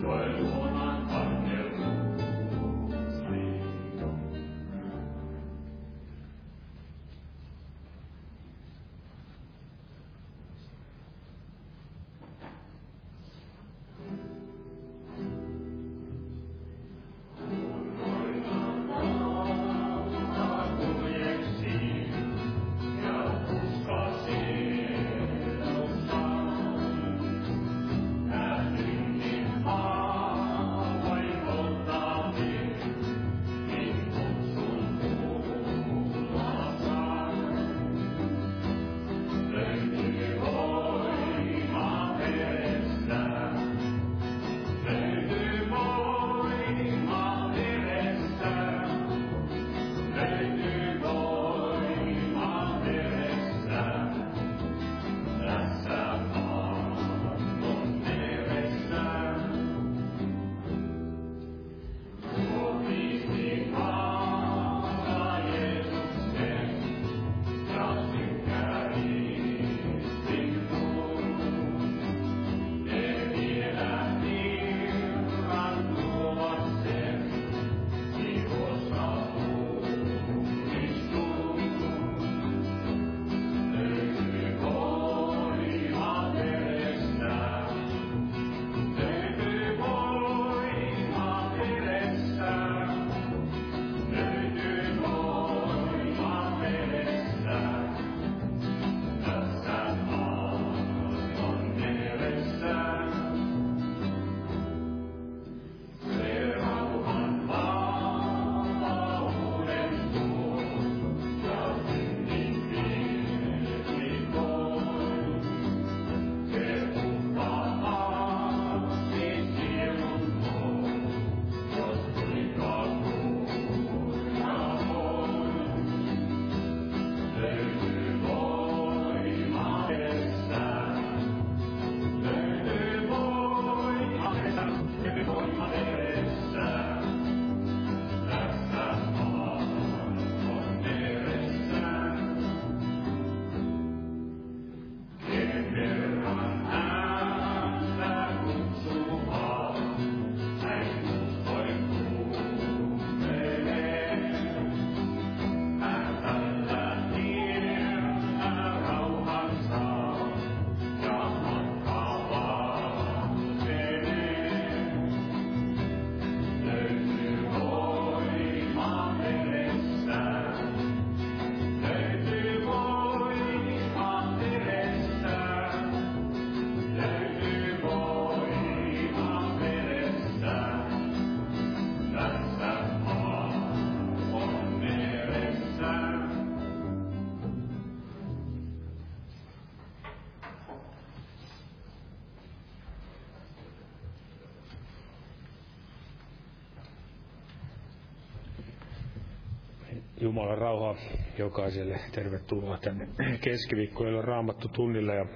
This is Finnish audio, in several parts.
Jumalan rauhaa jokaiselle. Tervetuloa tänne keskiviikkoilla Raamattu tunnille. Ja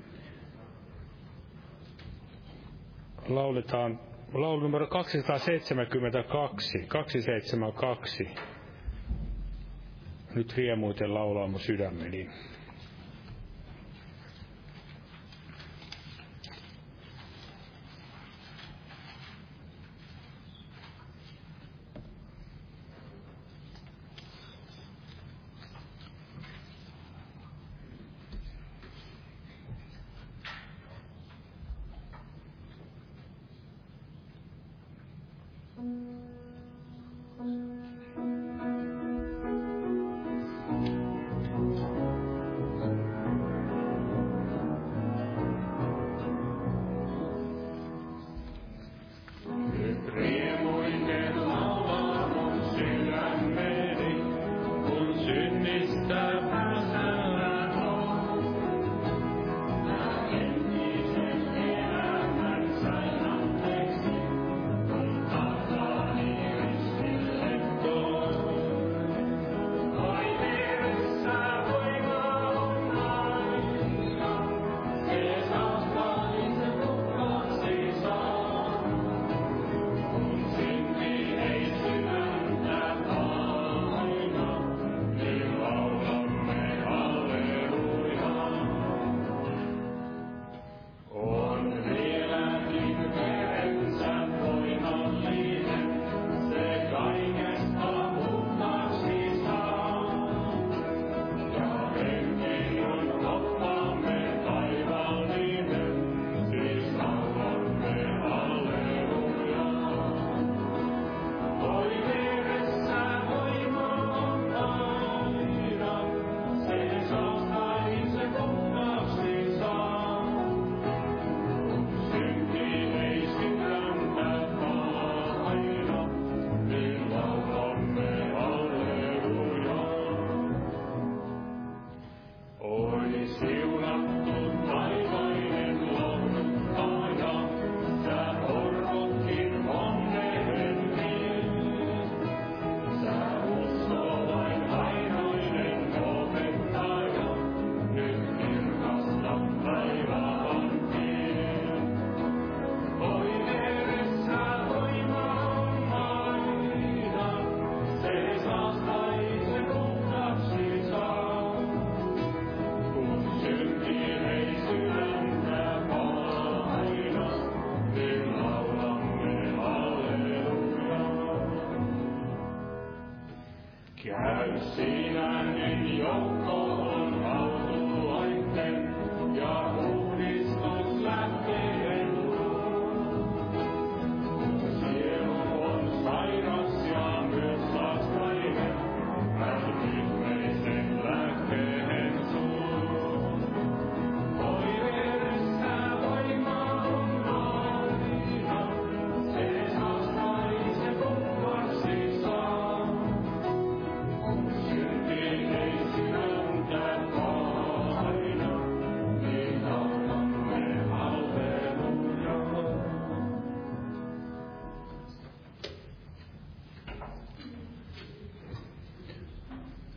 lauletaan laulu numero 272. Nyt riemuiten laulaa mun sydämeni.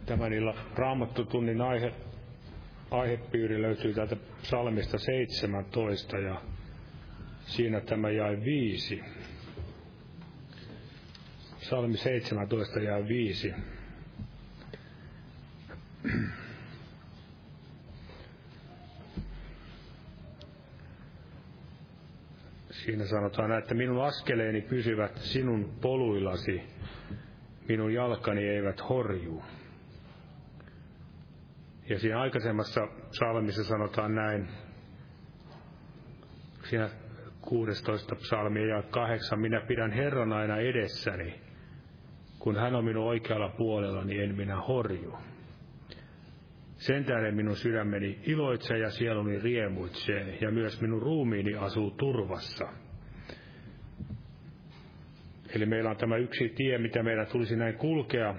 Tämän illan Raamattotunnin aihepiiri löytyy täältä psalmista 17 ja siinä tämä jae 5. Psalmi 17 jae 5. Siinä sanotaan, että minun askeleeni pysyvät sinun poluillasi, minun jalkani eivät horju. Ja siinä aikaisemmassa psalmissa sanotaan näin, siinä 16 psalmia ja 8, minä pidän Herran aina edessäni, kun hän on minun oikealla puolellani, en minä horju. Sen tähden minun sydämeni iloitsee ja sieluni riemuitsee, ja myös minun ruumiini asuu turvassa. Eli meillä on tämä yksi tie, mitä meidän tulisi näin kulkea.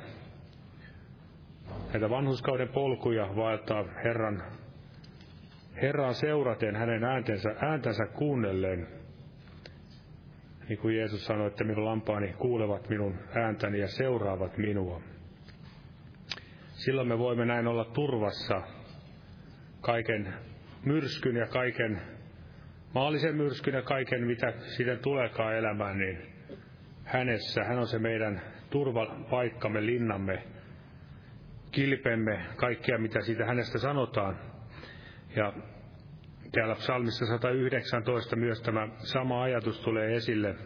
Näitä vanhurskauden polkuja vaeltaa Herran seuraten, hänen ääntänsä kuunnellen. Niin kuin Jeesus sanoi, että minun lampaani kuulevat minun ääntäni ja seuraavat minua. Silloin me voimme näin olla turvassa kaiken myrskyn ja kaiken maallisen myrskyn ja kaiken, mitä siitä tuleekaan elämään, niin hänessä. Hän on se meidän turvapaikkamme, linnamme, kilpemme, kaikkea mitä siitä hänestä sanotaan. Ja täällä psalmissa 119 myös tämä sama ajatus tulee esille.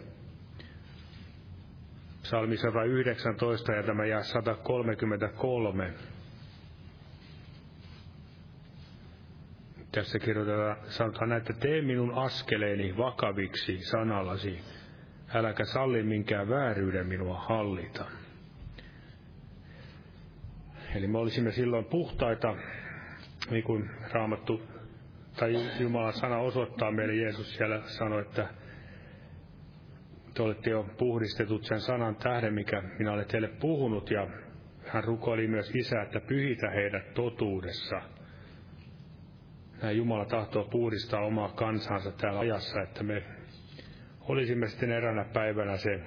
Psalmi 119 ja tämä jae 133. Tässä sanotaan, että tee minun askeleeni vakaviksi sanallasi, äläkä salli minkään vääryyden minua hallita. Eli me olisimme silloin puhtaita, niin kuin Raamattu tai Jumalan sana osoittaa meille. Jeesus siellä sanoi, että te olette jo puhdistetut sen sanan tähden, mikä minä olen teille puhunut, ja hän rukoili myös Isää, että pyhitä heidät totuudessa. Näin Jumala tahtoo puhdistaa omaa kansansa täällä ajassa, että me olisimme sitten eräänä päivänä se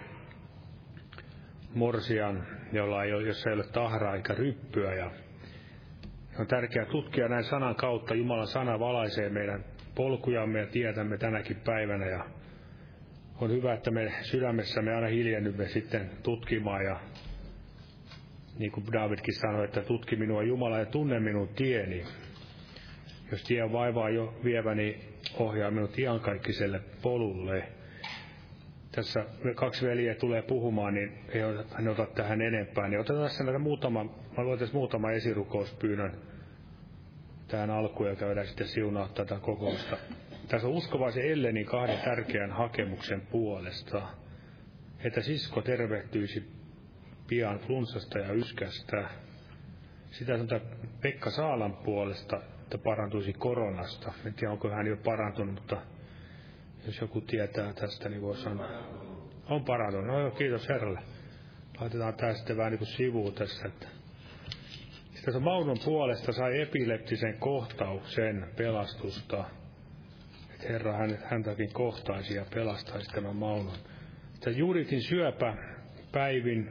morsian, jossa ei ole tahraa eikä ryppyä. Ja on tärkeää tutkia näin sanan kautta. Jumalan sana valaisee meidän polkujamme ja tietämme tänäkin päivänä. Ja on hyvä, että me sydämessämme aina hiljennymme sitten tutkimaan. Ja niin kuin Davidkin sanoi, että tutki minua Jumala ja tunne minun tieni. Jos tie on vaivaa jo vievä, niin ohjaa minut iankaikkiselle polulle. Tässä 2 veljeä tulee puhumaan, niin ei ota tähän enempää. Niin otetaan tässä muutama esirukouspyynnön tähän alkuun ja käydään sitten siunaa tätä kokousta. Tässä on uskovaisen Ellenin 2 tärkeän hakemuksen puolesta, että sisko tervehtyisi pian flunssasta ja yskästä. Sitä sanotaan Pekka Saalan puolesta, että parantuisi koronasta. En tiedä, onko hän jo parantunut, mutta jos joku tietää tästä, niin voi sanoa. On parantunut. No joo, kiitos Herralle. Laitetaan tämä sitten vähän niin kuin sivuun tässä. Sitten se Maunon puolesta sai epileptisen kohtauksen pelastusta. Että Herra häntäkin kohtaisi ja pelastaisi tämän Maunon. Sitten Juditin syöpä, Päivin,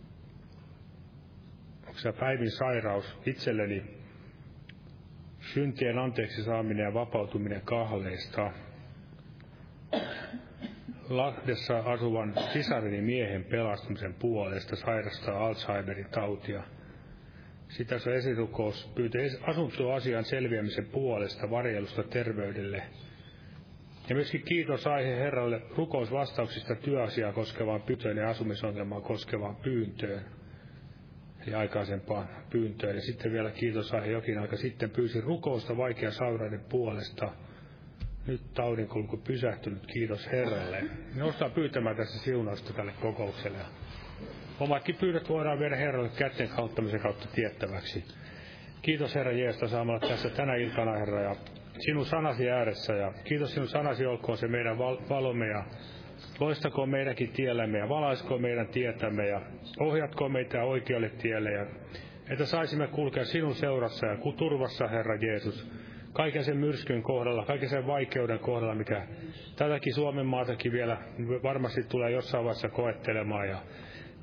onko se Päivin sairaus itselleni, syntien anteeksi saaminen ja vapautuminen kahleista. Lahdessa asuvan sisarini miehen pelastumisen puolesta sairastaa Alzheimerin tautia. Sitä se esirukous pyytää asuntoasian selviämisen puolesta varjelusta terveydelle. Ja myöskin kiitos aihe Herralle rukousvastauksista työasiaa koskevaan pyyntöön ja asumisongelmaa koskevaan pyyntöön. Eli aikaisempaan pyyntöön. Ja sitten vielä kiitos aihe jokin aika sitten pyysin rukousta vaikean sairauden puolesta. Nyt taudinkulku pysähtynyt, kiitos Herralle. Nostaa pyytämään tässä siunausta tälle kokoukselle. Omatkin pyydöt voidaan viedä Herralle kätten kauttamisen kautta tiettäväksi. Kiitos Herra Jeesusta saamalla tässä tänä iltana, Herra, ja sinun sanasi ääressä. Ja kiitos sinun sanasi olkoon se meidän valomme ja loistakoon meidänkin tiellämme ja valaiskoon meidän tietämme ja ohjatkoon meitä oikealle tielle. Ja että saisimme kulkea sinun seurassa ja turvassa, Herra Jeesus. Kaiken sen myrskyn kohdalla, kaiken sen vaikeuden kohdalla, mikä tätäkin Suomen maatakin vielä varmasti tulee jossain vaiheessa koettelemaan. Ja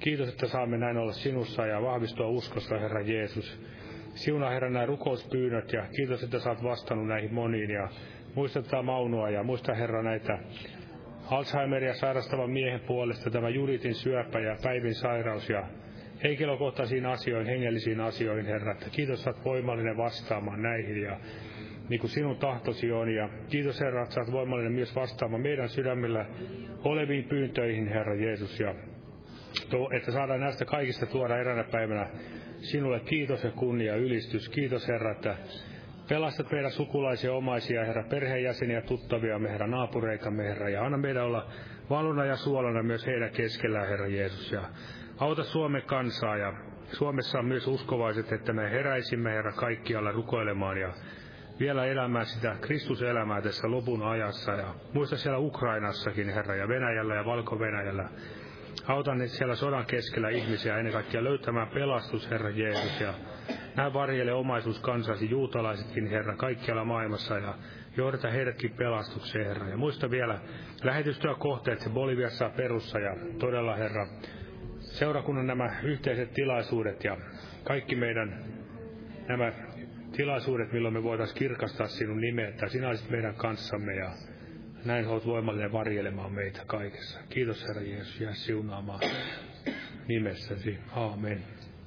Kiitos, että saamme näin olla sinussa ja vahvistua uskossa, Herra Jeesus. Siunaa, Herra, nämä rukouspyynnöt ja kiitos, että sä oot vastannut näihin moniin. Ja muista tätä Maunua ja muista, Herra, näitä Alzheimeria sairastavan miehen puolesta, tämä Juditin syöpä ja Päivin sairaus ja henkilökohtaisiin asioihin, hengellisiin asioihin, Herra. Että kiitos, että olet voimallinen vastaamaan näihin ja niin kuin sinun tahtosi on. Ja kiitos, Herra, että olet voimallinen myös vastaamaan meidän sydämellä oleviin pyyntöihin, Herra Jeesus. Ja että saadaan näistä kaikista tuoda eräänä päivänä sinulle kiitos ja kunnia ja ylistys. Kiitos, Herra, että pelastat meidän sukulaisia, omaisia, Herra, perheenjäseniä, tuttaviamme, Herra, naapureitamme, Herra, ja anna meidän olla valona ja suolana myös heidän keskellään, Herra Jeesus. Ja auta Suomen kansaa, ja Suomessa on myös uskovaiset, että me heräisimme, Herra, kaikkialla rukoilemaan ja vielä elämään sitä Kristuselämää tässä lopun ajassa. Ja muista siellä Ukrainassakin, Herra, ja Venäjällä ja Valko-Venäjällä. Auta nyt siellä sodan keskellä ihmisiä ennen kaikkea löytämään pelastus, Herra Jeesus, ja näin varjele omaisuus kansasi, juutalaisetkin, Herra, kaikkialla maailmassa, ja johdata heidätkin pelastukseen, Herra. Ja muista vielä lähetystyökohteet, se Boliviassa perussa, ja todella, Herra, seurakunnan nämä yhteiset tilaisuudet, ja kaikki meidän nämä tilaisuudet, milloin me voitaisiin kirkastaa sinun nimeä, että sinä olisit meidän kanssamme, ja näin olet voimallinen varjelemaan meitä kaikessa. Kiitos, Herra Jeesus, jää siunaamaan nimessäsi. Aamen.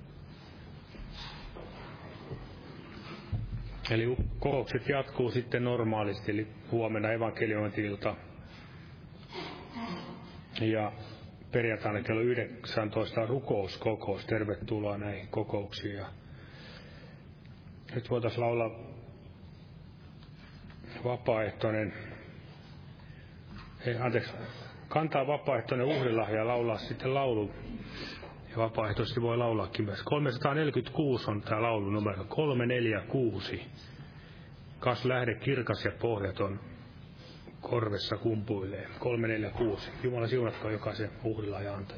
Eli kokoukset jatkuu sitten normaalisti, eli huomenna evankeliointi-ilta. Ja perjantaina kello 19 rukouskokous. Tervetuloa näihin kokouksiin. Ja nyt voitaisiin laulaa kantaa vapaaehtoinen uhrilahja ja laulaa sitten laulu. Ja vapaaehtoisesti voi laulaakin myös. 346 on tämä laulu numero 346. Kas lähde kirkas ja pohjaton korvessa kumpuilee. 346. Jumala siunatko jokaisen uhrilahja antaja.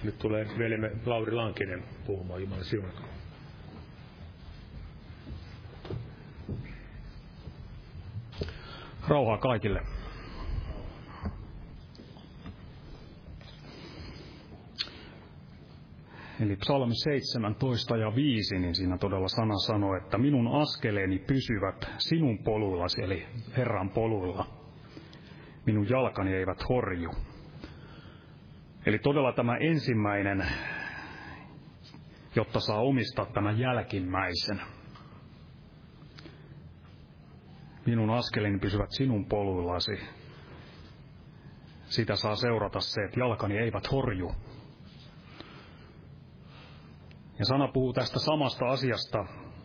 Nyt tulee veljemme Lauri Lankinen puhumaan. Jumalan siunatkoon. Rauhaa kaikille. Eli psalmi 17 ja 5, niin siinä todella sana sanoo, että minun askeleeni pysyvät sinun poluillasi, eli Herran poluilla. Minun jalkani eivät horju. Eli todella tämä ensimmäinen, jotta saa omistaa tämän jälkimmäisen. Minun askeleeni pysyvät sinun poluillasi. Sitä saa seurata se, että jalkani eivät horju. Ja sana puhuu tästä samasta asiasta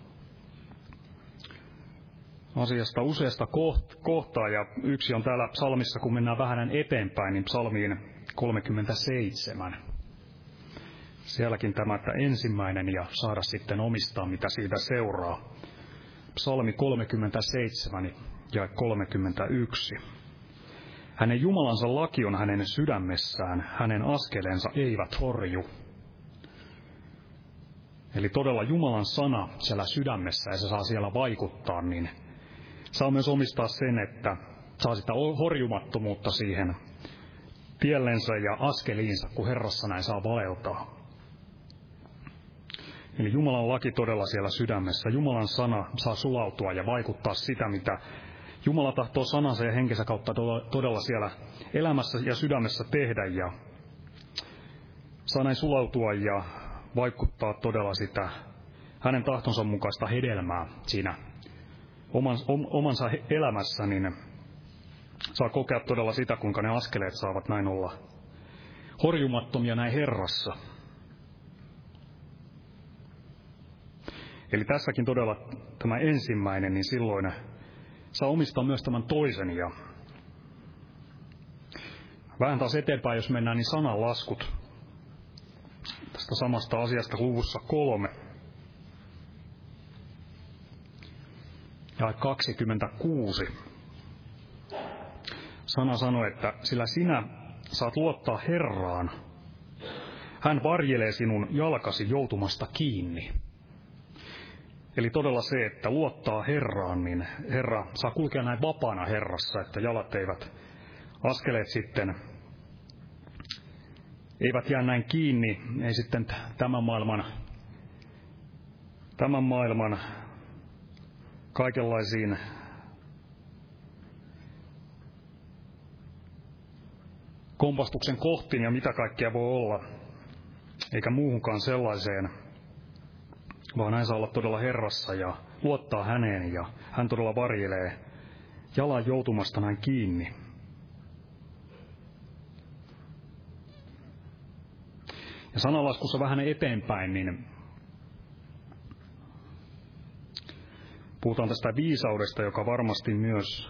useasta kohtaa, ja yksi on täällä psalmissa, kun mennään vähän eteenpäin, niin psalmiin 37. Sielläkin tämä, että ensimmäinen ja saada sitten omistaa, mitä siitä seuraa. Psalmi 37 ja 31. Hänen Jumalansa laki on hänen sydämessään, hänen askeleensa eivät horju. Eli todella Jumalan sana siellä sydämessä, ja se saa siellä vaikuttaa, niin saa myös omistaa sen, että saa sitä horjumattomuutta siihen tiellensä ja askeliinsa, kun Herrassa näin saa vaeltaa. Eli Jumalan laki todella siellä sydämessä. Jumalan sana saa sulautua ja vaikuttaa sitä, mitä Jumala tahtoo sanansa ja henkensä kautta todella siellä elämässä ja sydämessä tehdä. Ja saa näin sulautua ja vaikuttaa todella sitä hänen tahtonsa mukaista hedelmää siinä omansa elämässä, niin saa kokea todella sitä, kuinka ne askeleet saavat näin olla horjumattomia näin Herrassa. Eli tässäkin todella tämä ensimmäinen, niin silloin saa omistaa myös tämän toisen. Ja vähän taas eteenpäin, jos mennään, niin sananlaskut tästä samasta asiasta luvussa 3. Ja 26. Sana sanoi, että sillä sinä saat luottaa Herraan. Hän varjelee sinun jalkasi joutumasta kiinni. Eli todella se, että luottaa Herraan, niin Herra saa kulkea näin vapaana Herrassa, että jalat eivät, askeleet sitten eivät jää näin kiinni, ei sitten tämän maailman kaikenlaisiin kompastuksen kohtiin ja mitä kaikkea voi olla, eikä muuhunkaan sellaiseen, vaan näin saa olla todella Herrassa ja luottaa häneen, ja hän todella varjelee jalan joutumasta näin kiinni. Ja sananlaskussa vähän eteenpäin, niin puhutaan tästä viisaudesta, joka varmasti myös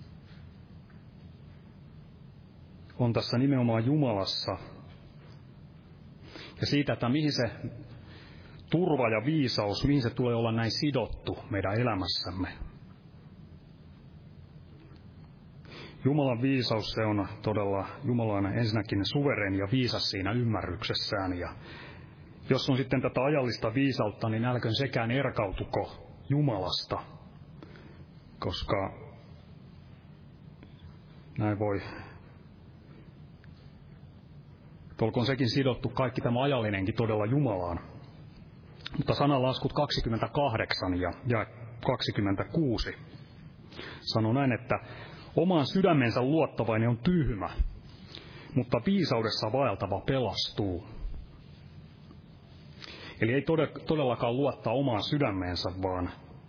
on tässä nimenomaan Jumalassa. Ja siitä, että mihin se turva ja viisaus, mihin se tulee olla näin sidottu meidän elämässämme. Jumalan viisaus, se on todella Jumalan ensinnäkin suvereeni ja viisas siinä ymmärryksessään. Ja jos on sitten tätä ajallista viisautta, niin älköön sekään erkautuko Jumalasta, koska näin voi, olkoon sekin sidottu kaikki tämä ajallinenkin todella Jumalaan. Mutta sananlaskut 28 ja 26 sanoo näin, että omaan sydämensä luottavainen on tyhmä, mutta viisaudessa vaeltava pelastuu. Eli ei todellakaan luottaa omaan sydämeensä, vaan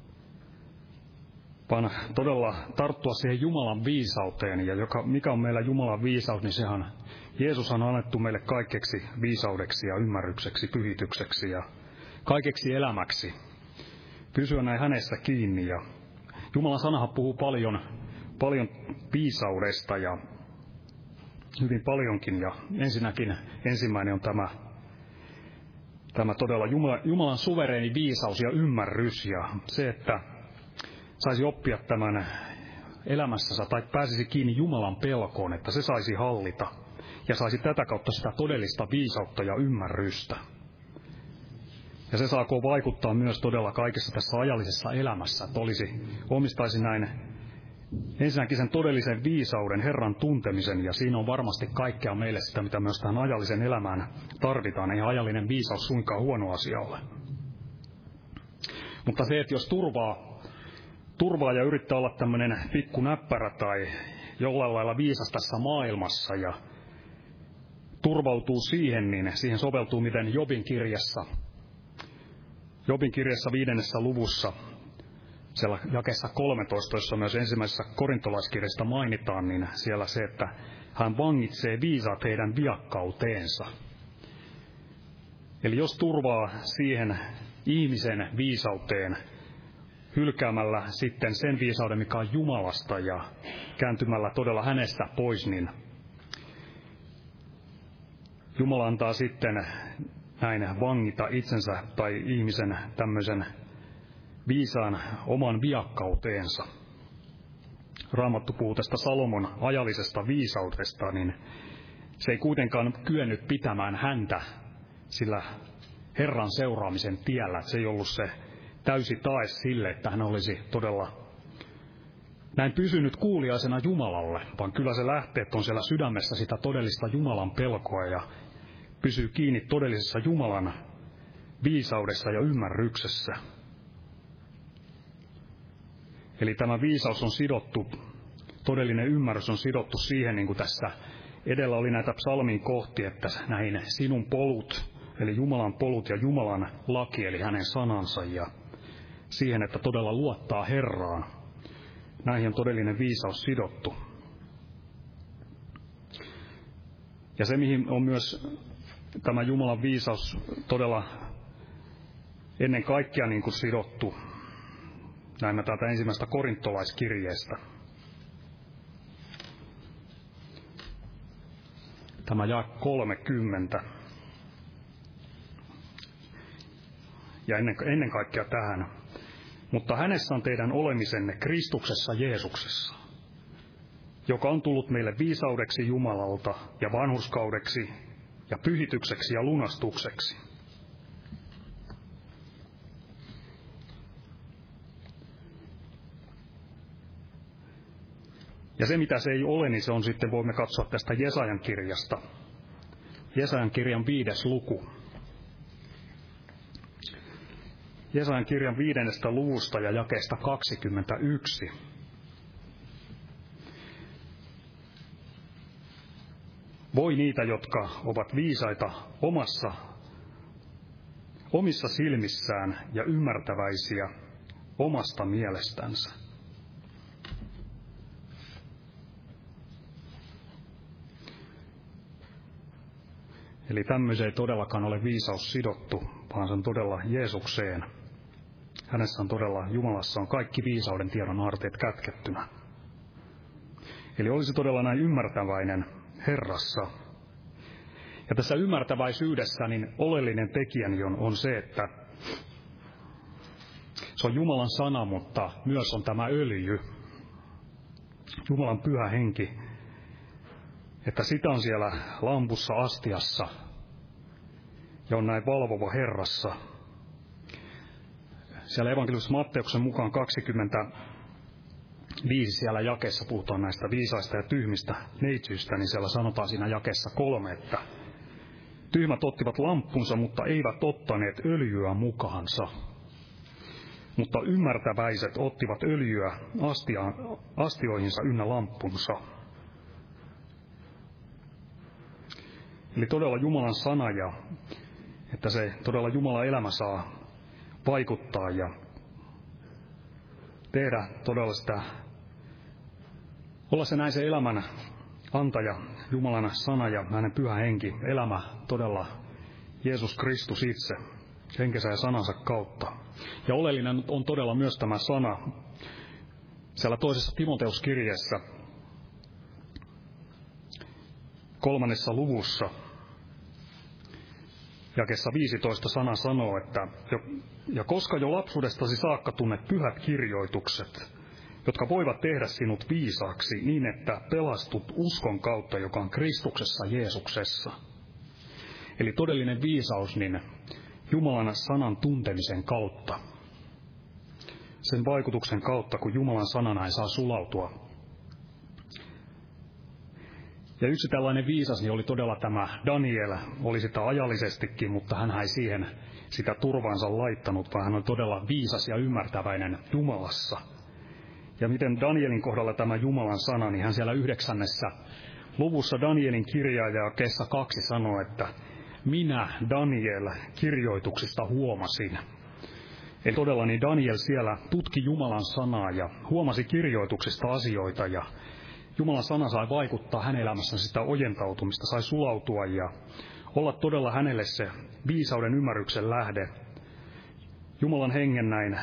todella tarttua siihen Jumalan viisauteen. Ja mikä on meillä Jumalan viisaus, niin Jeesus on annettu meille kaikeksi viisaudeksi ja ymmärrykseksi, pyhitykseksi ja kaikeksi elämäksi. Pysyä näin hänessä kiinni. Ja Jumalan sanahan puhuu paljon viisaudesta ja hyvin paljonkin. Ja ensimmäinen on tämä todella Jumalan suvereeni viisaus ja ymmärrys ja se, että saisi oppia tämän elämässänsä tai pääsisi kiinni Jumalan pelkoon, että se saisi hallita ja saisi tätä kautta sitä todellista viisautta ja ymmärrystä. Ja se saako vaikuttaa myös todella kaikessa tässä ajallisessa elämässä, että omistaisi näin ensinnäkin sen todellisen viisauden, Herran tuntemisen, ja siinä on varmasti kaikkea meille sitä, mitä myös tähän ajallisen elämään tarvitaan. Ei ajallinen viisaus suinkaan huono asia ole. Mutta se, että jos turvaa ja yrittää olla tämmöinen pikkunäppärä tai jollain lailla viisas tässä maailmassa ja turvautuu siihen, niin siihen soveltuu miten Jobin kirjassa 5. luvussa, siellä jakeessa 13, jossa myös ensimmäisessä korintolaiskirjasta mainitaan, niin siellä se, että hän vangitsee viisaat heidän viakkauteensa. Eli jos turvaa siihen ihmisen viisauteen, hylkäämällä sitten sen viisauden, mikä on Jumalasta, ja kääntymällä todella hänestä pois, niin Jumala antaa sitten näin vangita itsensä tai ihmisen tämmöisen viisaan oman viakkauteensa. Raamattu puhuu tästä Salomon ajallisesta viisaudesta, niin se ei kuitenkaan kyennyt pitämään häntä sillä Herran seuraamisen tiellä. Se ei ollut se täysi tae sille, että hän olisi todella näin pysynyt kuuliaisena Jumalalle, vaan kyllä se lähteet on siellä sydämessä sitä todellista Jumalan pelkoa ja pysyy kiinni todellisessa Jumalan viisaudessa ja ymmärryksessä. Eli tämä viisaus on sidottu, todellinen ymmärrys on sidottu siihen, niin kuin tässä edellä oli näitä psalmin kohtia, että näihin sinun polut, eli Jumalan polut ja Jumalan laki, eli hänen sanansa, ja siihen, että todella luottaa Herraan. Näihin on todellinen viisaus sidottu. Ja se, mihin on myös tämä Jumalan viisaus todella ennen kaikkea niin kuin sidottu, näemme täältä ensimmäisestä korintolaiskirjeestä. Tämä jae 30. Ja ennen kaikkea tähän. Mutta hänessä on teidän olemisenne Kristuksessa Jeesuksessa, joka on tullut meille viisaudeksi Jumalalta ja vanhurskaudeksi ja pyhitykseksi ja lunastukseksi. Ja se, mitä se ei ole, niin se on sitten, voimme katsoa tästä Jesajan kirjasta. Jesajan kirjan 5. luku. Jesajan kirjan 5. luvusta ja jakeesta 21. Voi niitä, jotka ovat viisaita omissa silmissään ja ymmärtäväisiä omasta mielestänsä. Eli tämmöiseen ei todellakaan ole viisaus sidottu, vaan se on todella Jeesukseen. Hänessä on todella, Jumalassa on kaikki viisauden tiedon aarteet kätkettynä. Eli olisi todella näin ymmärtäväinen Herrassa. Ja tässä ymmärtäväisyydessä niin oleellinen tekijäni on se, että se on Jumalan sana, mutta myös on tämä öljy, Jumalan pyhä henki, että sitä on siellä lampussa astiassa ja on näin valvova Herrassa. Siellä evankeliumissa Matteuksen mukaan 25 siellä jakeessa puhutaan näistä viisaista ja tyhmistä neitsyistä, niin siellä sanotaan siinä jakeessa 3, että tyhmät ottivat lamppunsa, mutta eivät ottaneet öljyä mukaansa. Mutta ymmärtäväiset ottivat öljyä astioihinsa ynnä lamppunsa. Eli todella Jumalan sana ja että se todella Jumalan elämä saa vaikuttaa ja tehdä todella sitä, olla se näin se elämän antaja, Jumalan sana ja hänen pyhä henki, elämä todella Jeesus Kristus itse, henkensä ja sanansa kautta. Ja oleellinen on todella myös tämä sana siellä toisessa Timoteuskirjeessä 3. luvussa. Jakeessa 15 sana sanoo, että ja koska jo lapsuudestasi saakka tunnet pyhät kirjoitukset, jotka voivat tehdä sinut viisaaksi niin, että pelastut uskon kautta, joka on Kristuksessa Jeesuksessa. Eli todellinen viisaus niin Jumalan sanan tuntemisen kautta. Sen vaikutuksen kautta, kun Jumalan sana ei saa sulautua. Ja yksi tällainen viisas niin oli todella tämä Daniel, oli sitä ajallisestikin, mutta hän ei siihen sitä turvaansa laittanut, vaan hän on todella viisas ja ymmärtäväinen Jumalassa. Ja miten Danielin kohdalla tämä Jumalan sana, niin hän siellä 9. luvussa Danielin kirjaa ja jakeessa 2 sanoo, että minä, Daniel, kirjoituksista huomasin. Eli todella niin Daniel siellä tutki Jumalan sanaa ja huomasi kirjoituksista asioita ja Jumalan sana sai vaikuttaa hänen elämässään sitä ojentautumista, sai sulautua ja olla todella hänelle se viisauden ymmärryksen lähde. Jumalan hengen näin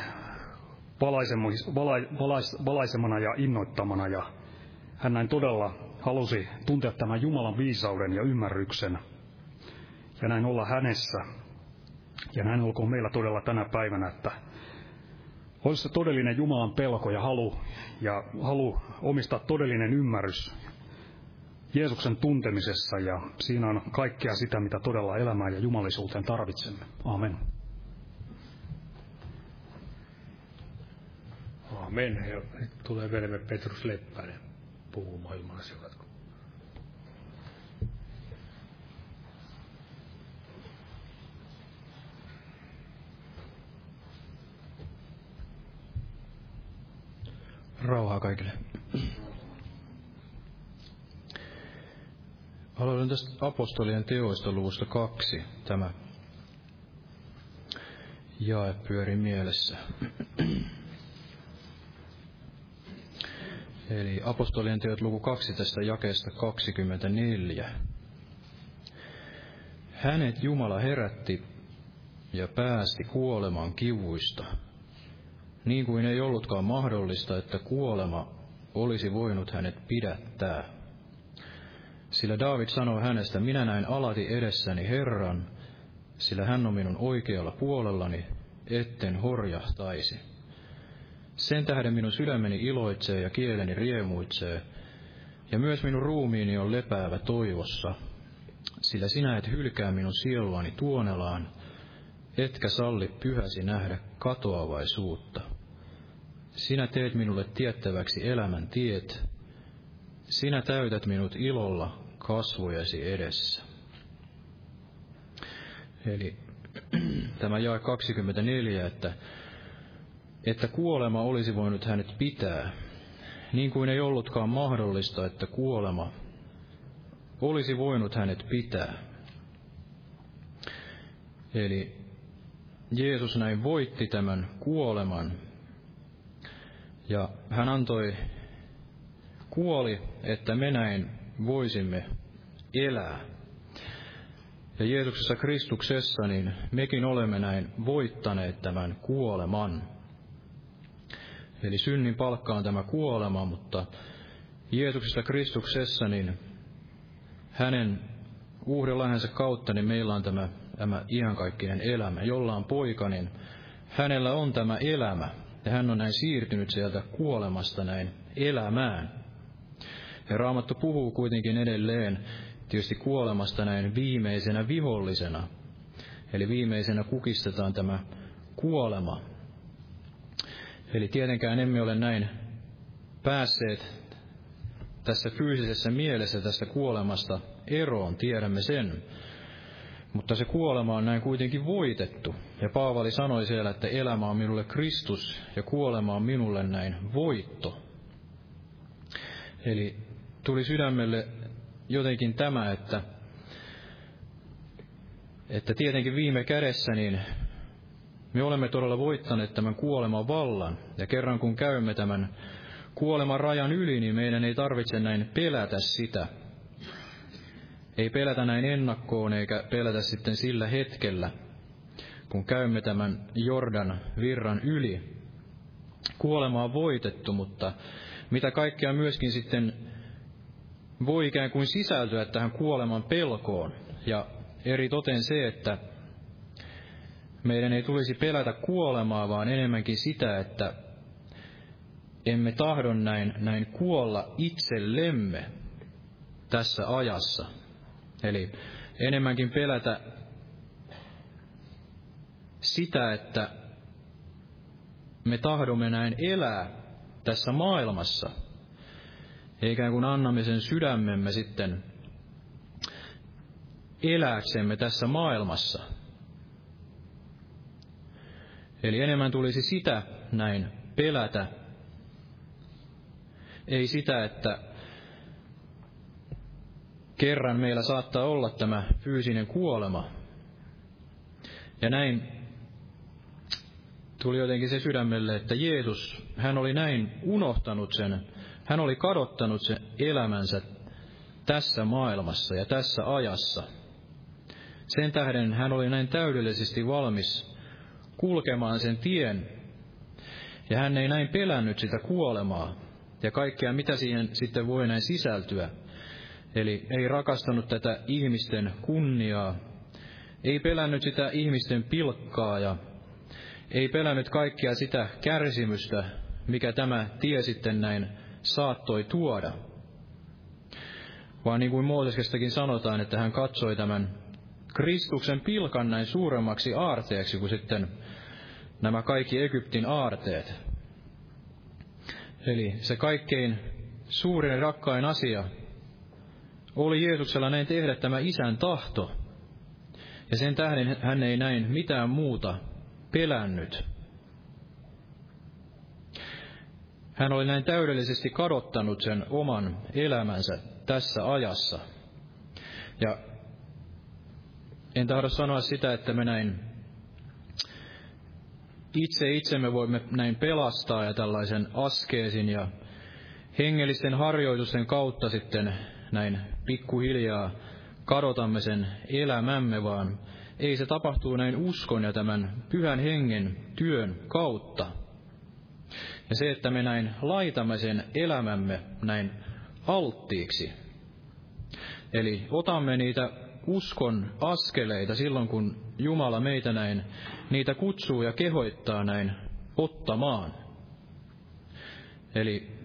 valaisemana ja innoittamana ja hän näin todella halusi tuntea tämän Jumalan viisauden ja ymmärryksen ja näin olla hänessä. Ja näin olkoon meillä todella tänä päivänä, että olisi se todellinen Jumalan pelko ja halu omistaa todellinen ymmärrys Jeesuksen tuntemisessa, ja siinä on kaikkea sitä, mitä todella elämään ja jumalisuuteen tarvitsemme. Amen. Amen. Ja nyt tulee veljemme Petrus Leppänen puhumaan Jumalan asioita. Rauhaa kaikille. Aloitan tästä apostolien teoista luvusta 2. Tämä jae pyöri mielessä. Eli apostolien teot luku 2 tästä jakeesta 24. Hänet Jumala herätti ja päästi kuoleman kivuista, niin kuin ei ollutkaan mahdollista, että kuolema olisi voinut hänet pidättää. Sillä Daavid sanoi hänestä, minä näin alati edessäni Herran, sillä hän on minun oikealla puolellani, etten horjahtaisi. Sen tähden minun sydämeni iloitsee ja kieleni riemuitsee, ja myös minun ruumiini on lepäävä toivossa, sillä sinä et hylkää minun sieluani tuonelaan, etkä salli pyhäsi nähdä katoavaisuutta. Sinä teet minulle tiettäväksi elämän tiet, sinä täytät minut ilolla kasvojesi edessä. Eli tämä jae 24, että kuolema olisi voinut hänet pitää, niin kuin ei ollutkaan mahdollista, että kuolema olisi voinut hänet pitää. Eli Jeesus näin voitti tämän kuoleman, ja hän kuoli, että me näin voisimme elää. Ja Jeesuksessa Kristuksessa, niin mekin olemme näin voittaneet tämän kuoleman. Eli synnin palkka on tämä kuolema, mutta Jeesuksessa Kristuksessa, niin hänen uhrilahjansa kautta, niin meillä on tämä iankaikkinen elämä. Jolla on poika, niin hänellä on tämä elämä. Ja hän on näin siirtynyt sieltä kuolemasta näin elämään. Ja Raamattu puhuu kuitenkin edelleen tietysti kuolemasta näin viimeisenä vihollisena. Eli viimeisenä kukistetaan tämä kuolema. Eli tietenkään emme ole näin päässeet tässä fyysisessä mielessä tästä kuolemasta eroon, tiedämme sen. Mutta se kuolema on näin kuitenkin voitettu. Ja Paavali sanoi siellä, että elämä on minulle Kristus ja kuolema on minulle näin voitto. Eli tuli sydämelle jotenkin tämä, että tietenkin viime kädessä niin me olemme todella voittaneet tämän kuoleman vallan. Ja kerran kun käymme tämän kuoleman rajan yli, niin meidän ei tarvitse näin pelätä sitä. Ei pelätä näin ennakkoon eikä pelätä sitten sillä hetkellä, kun käymme tämän Jordan virran yli. Kuolema on voitettu, mutta mitä kaikkea myöskin sitten voi ikään kuin sisältyä tähän kuoleman pelkoon. Ja eri toten se, että meidän ei tulisi pelätä kuolemaa, vaan enemmänkin sitä, emme tahdo näin kuolla itsellemme tässä ajassa. Eli enemmänkin pelätä sitä, että me tahdomme näin elää tässä maailmassa, eikä kun annamme sen sydämemme sitten elääksemme tässä maailmassa. Eli enemmän tulisi sitä näin pelätä, ei sitä, että kerran meillä saattaa olla tämä fyysinen kuolema. Ja näin tuli jotenkin se sydämelle, että Jeesus, hän oli näin unohtanut sen, hän oli kadottanut sen elämänsä tässä maailmassa ja tässä ajassa. Sen tähden hän oli näin täydellisesti valmis kulkemaan sen tien, ja hän ei näin pelännyt sitä kuolemaa ja kaikkea, mitä siihen sitten voi näin sisältyä. Eli ei rakastanut tätä ihmisten kunniaa, ei pelännyt sitä ihmisten pilkkaa ja ei pelännyt kaikkea sitä kärsimystä, mikä tämä tie sitten näin saattoi tuoda. Vaan niin kuin Mooseskestakin sanotaan, että hän katsoi tämän Kristuksen pilkan näin suuremmaksi aarteeksi kuin sitten nämä kaikki Egyptin aarteet. Eli se kaikkein suurin ja rakkain asia oli Jeesuksella näin tehdä tämä Isän tahto. Ja sen tähden hän ei näin mitään muuta pelännyt. Hän oli näin täydellisesti kadottanut sen oman elämänsä tässä ajassa. Ja en tahdo sanoa sitä, että me näin itsemme voimme näin pelastaa ja tällaisen askeesin ja hengellisten harjoitusten kautta sitten näin pikkuhiljaa kadotamme sen elämämme, vaan ei se tapahtuu näin uskon ja tämän pyhän hengen työn kautta. Ja se, että me näin laitamme sen elämämme näin alttiiksi. Eli otamme niitä uskon askeleita silloin, kun Jumala meitä näin, niitä kutsuu ja kehoittaa näin ottamaan. Eli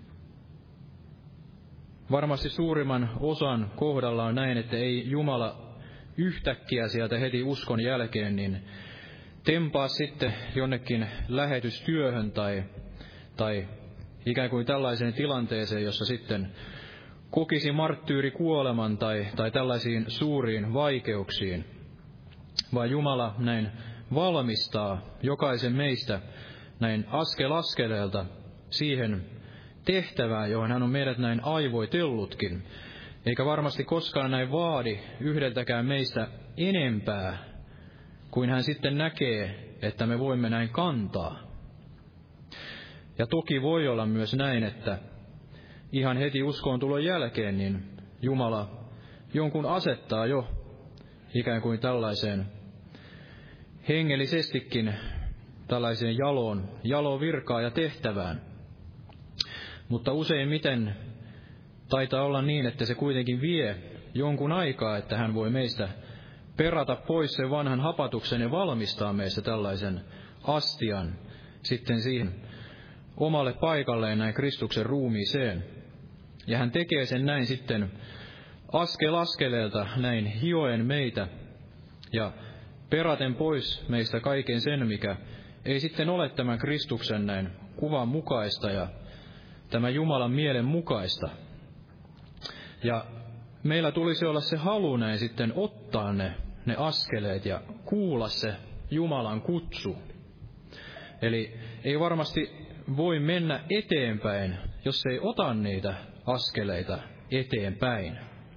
varmasti suurimman osan kohdalla on näin, että ei Jumala yhtäkkiä sieltä heti uskon jälkeen niin tempaa sitten jonnekin lähetystyöhön tai ikään kuin tällaiseen tilanteeseen, jossa sitten kokisi marttyyrikuoleman tai tällaisiin suuriin vaikeuksiin, vaan Jumala näin valmistaa jokaisen meistä näin askel askeleelta siihen tehtävään, johon hän on meidät näin aivoitellutkin, eikä varmasti koskaan näin vaadi yhdeltäkään meistä enempää, kuin hän sitten näkee, että me voimme näin kantaa. Ja toki voi olla myös näin, että ihan heti uskoon tulon jälkeen, niin Jumala jonkun asettaa jo ikään kuin tällaiseen hengellisestikin tällaiseen jaloon virkaa ja tehtävään. Mutta useimmiten taitaa olla niin, että se kuitenkin vie jonkun aikaa, että hän voi meistä perata pois sen vanhan hapatuksen ja valmistaa meistä tällaisen astian sitten siihen omalle paikalleen näin Kristuksen ruumiiseen. Ja hän tekee sen näin sitten askel askeleelta näin hioen meitä ja peraten pois meistä kaiken sen, mikä ei sitten ole tämän Kristuksen näin kuvan mukaista ja tämän Jumalan mielen mukaista. Ja meillä tulisi olla se halu näin sitten ottaa ne askeleet ja kuulla se Jumalan kutsu. Eli ei varmasti voi mennä eteenpäin, jos ei ota niitä askeleita eteenpäin.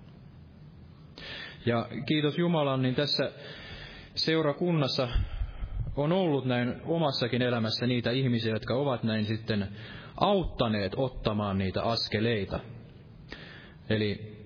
Ja kiitos Jumalan, niin tässä seurakunnassa on ollut näin omassakin elämässä niitä ihmisiä, jotka ovat näin sitten auttaneet ottamaan niitä askeleita. Eli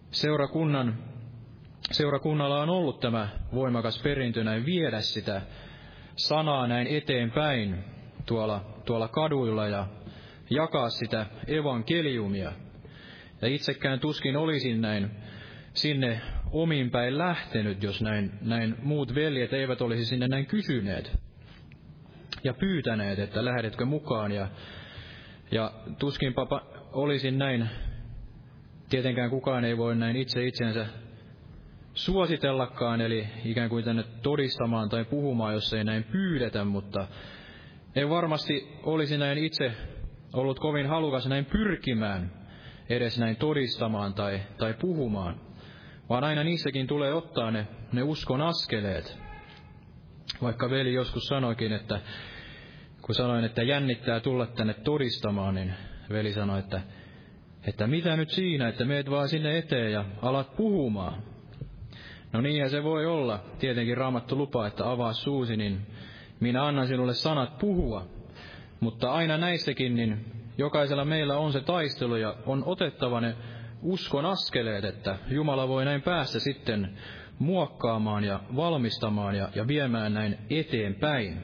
seurakunnalla on ollut tämä voimakas perintö näin viedä sitä sanaa näin eteenpäin tuolla kaduilla ja jakaa sitä evankeliumia. Ja itsekään tuskin olisin näin sinne omin päin lähtenyt, jos näin muut veljet eivät olisi sinne näin kysyneet ja pyytäneet, että lähdetkö mukaan. Ja Ja tuskinpa olisin näin, tietenkään kukaan ei voi näin itse itsensä suositellakaan, eli ikään kuin tänne todistamaan tai puhumaan, jos ei näin pyydetä, mutta en varmasti olisi näin itse ollut kovin halukas näin pyrkimään edes näin todistamaan tai puhumaan, vaan aina niissäkin tulee ottaa ne uskon askeleet. Vaikka veli joskus sanoikin, että kun sanoin, että jännittää tulla tänne todistamaan, niin veli sanoi, että mitä nyt siinä, että meet vaan sinne eteen ja alat puhumaan. No niinhän se voi olla. Tietenkin Raamattu lupaa, että avaa suusi, niin minä annan sinulle sanat puhua. Mutta aina näissäkin, niin jokaisella meillä on se taistelu ja on otettava ne uskon askeleet, että Jumala voi näin päästä sitten muokkaamaan ja valmistamaan ja viemään näin eteenpäin.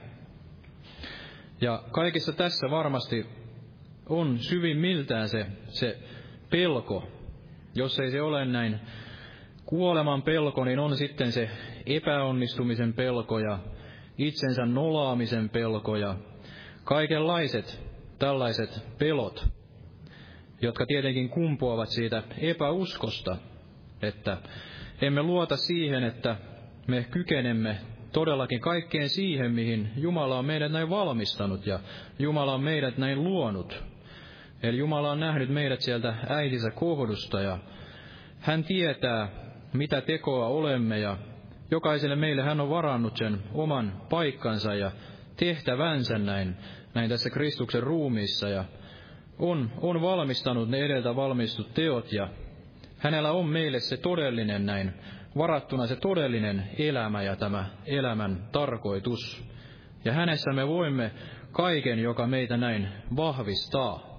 Ja kaikessa tässä varmasti on syvimmiltään se pelko. Jos ei se ole näin kuoleman pelko, niin on sitten se epäonnistumisen pelko ja itsensä nolaamisen pelko ja kaikenlaiset tällaiset pelot, jotka tietenkin kumpuavat siitä epäuskosta, että emme luota siihen, että me kykenemme todellakin kaikkeen siihen, mihin Jumala on meidät näin valmistanut ja Jumala on meidät näin luonut. Eli Jumala on nähnyt meidät sieltä äitinsä kohdusta ja hän tietää, mitä tekoa olemme ja jokaiselle meille hän on varannut sen oman paikkansa ja tehtävänsä näin tässä Kristuksen ruumiissa ja on valmistanut ne edeltä valmistut teot ja hänellä on meille se todellinen näin varattuna se todellinen elämä ja tämä elämän tarkoitus. Ja hänessä me voimme kaiken, joka meitä näin vahvistaa.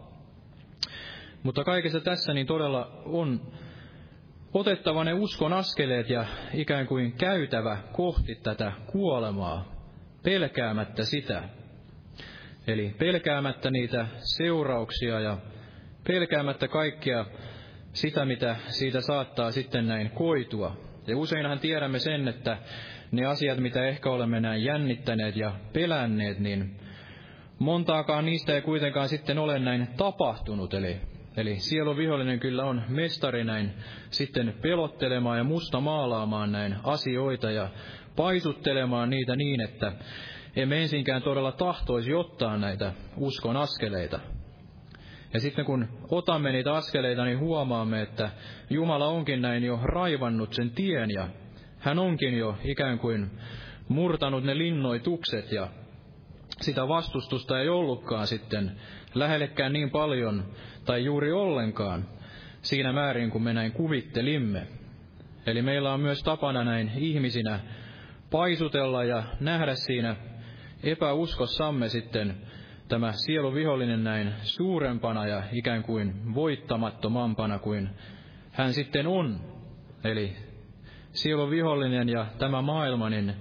Mutta kaikessa tässä niin todella on otettava ne uskon askeleet ja ikään kuin käytävä kohti tätä kuolemaa, pelkäämättä sitä. Eli pelkäämättä niitä seurauksia ja pelkäämättä kaikkea sitä, mitä siitä saattaa sitten näin koitua. Ja useinhan tiedämme sen, että ne asiat, mitä ehkä olemme näin jännittäneet ja pelänneet, niin montaakaan niistä ei kuitenkaan sitten ole näin tapahtunut. Eli sielun vihollinen kyllä on mestari näin sitten pelottelemaan ja mustamaalaamaan näin asioita ja paisuttelemaan niitä niin, että emme ensinkään todella tahtoisi ottaa näitä uskon askeleita. Ja sitten kun otamme niitä askeleita, niin huomaamme, että Jumala onkin näin jo raivannut sen tien ja hän onkin jo ikään kuin murtanut ne linnoitukset ja sitä vastustusta ei ollutkaan sitten lähellekään niin paljon tai juuri ollenkaan siinä määrin, kun me näin kuvittelimme. Eli meillä on myös tapana näin ihmisinä paisutella ja nähdä siinä epäuskossamme sitten tämä sieluvihollinen näin suurempana ja ikään kuin voittamattomampana kuin hän sitten on. Eli sieluvihollinen ja tämä maailma, niin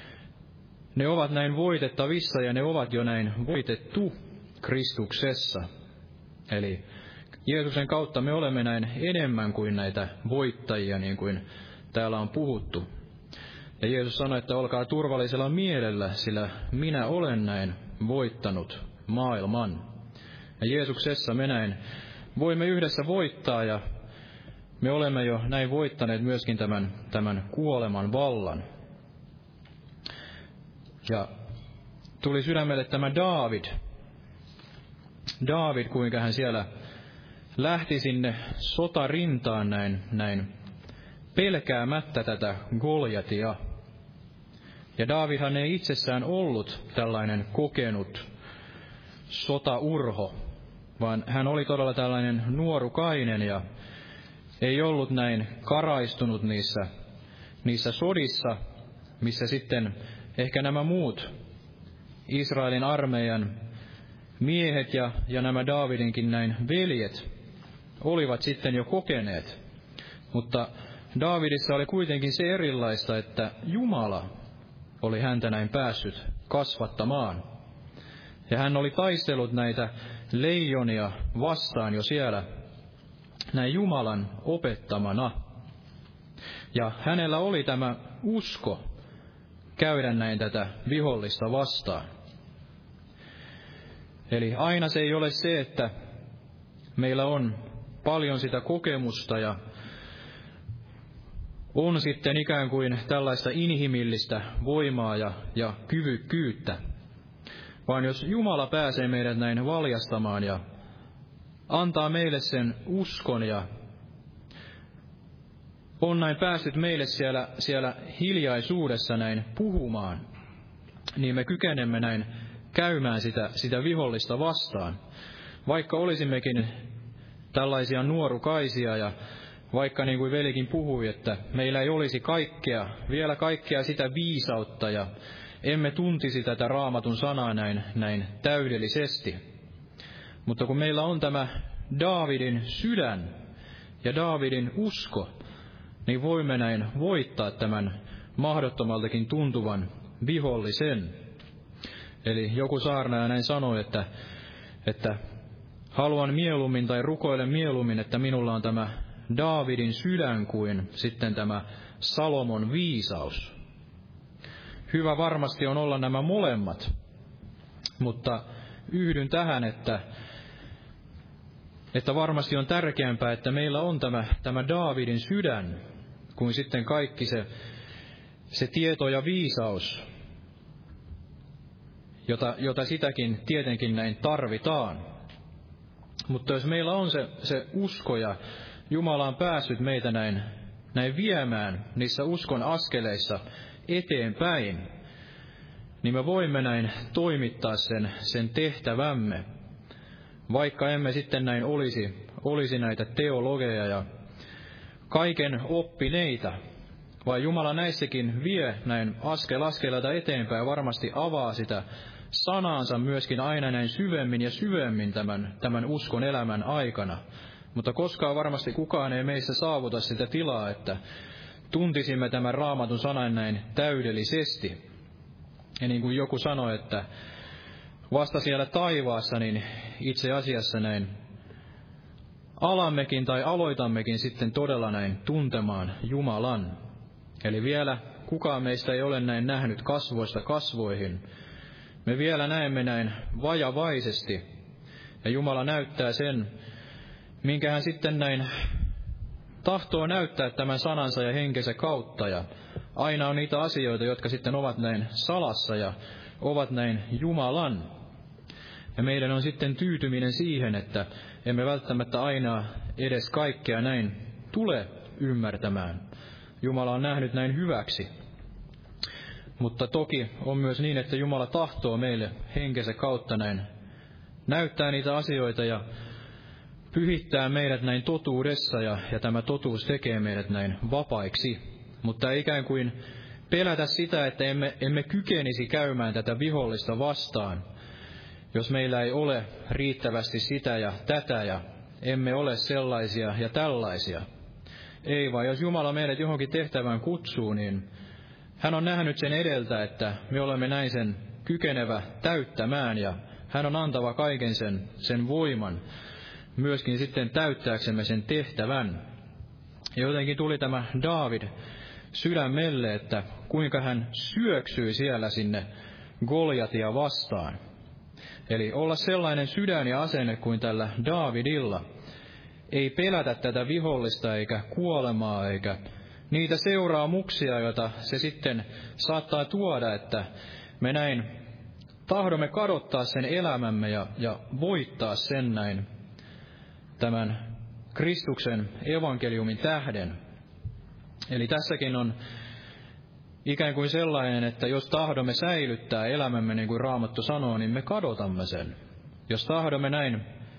ne ovat näin voitettavissa ja ne ovat jo näin voitettu Kristuksessa. Eli Jeesuksen kautta me olemme näin enemmän kuin näitä voittajia, niin kuin täällä on puhuttu. Ja Jeesus sanoi, että olkaa turvallisella mielellä, sillä minä olen näin voittanut maailman. Ja Jeesuksessa me näin voimme yhdessä voittaa ja me olemme jo näin voittaneet myöskin tämän kuoleman vallan. Ja tuli sydämelle tämä Daavid, kuinka hän siellä lähti sinne sotarintaan näin pelkäämättä tätä Goljatia. Ja Daavidhan ei itsessään ollut tällainen kokenut sotaurho, vaan hän oli todella tällainen nuorukainen ja ei ollut näin karaistunut niissä sodissa, missä sitten ehkä nämä muut Israelin armeijan miehet ja nämä Daavidinkin näin veljet olivat sitten jo kokeneet. Mutta Daavidissa oli kuitenkin se erilaista, että Jumala oli häntä näin päässyt kasvattamaan. Ja hän oli taistellut näitä leijonia vastaan jo siellä näin Jumalan opettamana. Ja hänellä oli tämä usko käydä näin tätä vihollista vastaan. Eli aina se ei ole se, että meillä on paljon sitä kokemusta ja on sitten ikään kuin tällaista inhimillistä voimaa ja kyvykkyyttä. Vaan jos Jumala pääsee meidät näin valjastamaan ja antaa meille sen uskon ja on näin päässyt meille siellä hiljaisuudessa näin puhumaan, niin me kykenemme näin käymään sitä vihollista vastaan. Vaikka olisimmekin tällaisia nuorukaisia ja vaikka niin kuin velikin puhui, että meillä ei olisi vielä kaikkea sitä viisautta ja emme tuntisi tätä Raamatun sanaa näin täydellisesti. Mutta kun meillä on tämä Daavidin sydän ja Daavidin usko, niin voimme näin voittaa tämän mahdottomaltakin tuntuvan vihollisen. Eli joku saarnaaja näin sanoi, että haluan mieluummin tai rukoilen mieluummin, että minulla on tämä Daavidin sydän kuin sitten tämä Salomon viisaus. Hyvä varmasti on olla nämä molemmat, mutta yhdyn tähän, että varmasti on tärkeämpää, että meillä on tämä Daavidin sydän kuin sitten kaikki se tieto ja viisaus, jota sitäkin tietenkin näin tarvitaan. Mutta jos meillä on se usko ja Jumala on päässyt meitä näin viemään niissä uskon askeleissa eteenpäin, niin me voimme näin toimittaa sen tehtävämme, vaikka emme sitten näin olisi näitä teologeja ja kaiken oppineita, vaan Jumala näissäkin vie näin askeleelta eteenpäin ja varmasti avaa sitä sanaansa myöskin aina näin syvemmin ja syvemmin tämän uskon elämän aikana. Mutta koskaan varmasti kukaan ei meissä saavuta sitä tilaa, että tuntisimme tämän Raamatun sanan näin täydellisesti. Ja niin kuin joku sanoi, että vasta siellä taivaassa, niin itse asiassa näin alammekin tai aloitammekin sitten todella näin tuntemaan Jumalan. Eli vielä kukaan meistä ei ole näin nähnyt kasvoista kasvoihin. Me vielä näemme näin vajavaisesti. Ja Jumala näyttää sen, minkä hän sitten näin tahtoo näyttää tämän sanansa ja henkensä kautta. Ja aina on niitä asioita, jotka sitten ovat näin salassa ja ovat näin Jumalan. Ja meidän on sitten tyytyminen siihen, että emme välttämättä aina edes kaikkea näin tule ymmärtämään. Jumala on nähnyt näin hyväksi. Mutta toki on myös niin, että Jumala tahtoo meille henkensä kautta näin näyttää niitä asioita ja pyhittää meidät näin totuudessa ja tämä totuus tekee meidät näin vapaiksi. Mutta ikään kuin pelätä sitä, että emme kykenisi käymään tätä vihollista vastaan, jos meillä ei ole riittävästi sitä ja tätä ja emme ole sellaisia ja tällaisia. Ei vaan, jos Jumala meidät johonkin tehtävään kutsuu, niin hän on nähnyt sen edeltä, että me olemme näin sen kykenevä täyttämään ja hän on antava kaiken sen voiman myöskin sitten täyttääksemme sen tehtävän. Ja jotenkin tuli tämä Daavid sydämelle, että kuinka hän syöksyi siellä sinne Goljatia vastaan. Eli olla sellainen sydän ja asenne kuin tällä Daavidilla. Ei pelätä tätä vihollista eikä kuolemaa eikä niitä seuraamuksia, joita se sitten saattaa tuoda, että me näin tahdomme kadottaa sen elämämme ja voittaa sen näin tämän Kristuksen evankeliumin tähden. Eli tässäkin on ikään kuin sellainen, että jos tahdomme säilyttää elämämme niin kuin Raamattu sanoo, niin me kadotamme sen. Jos tahdomme näin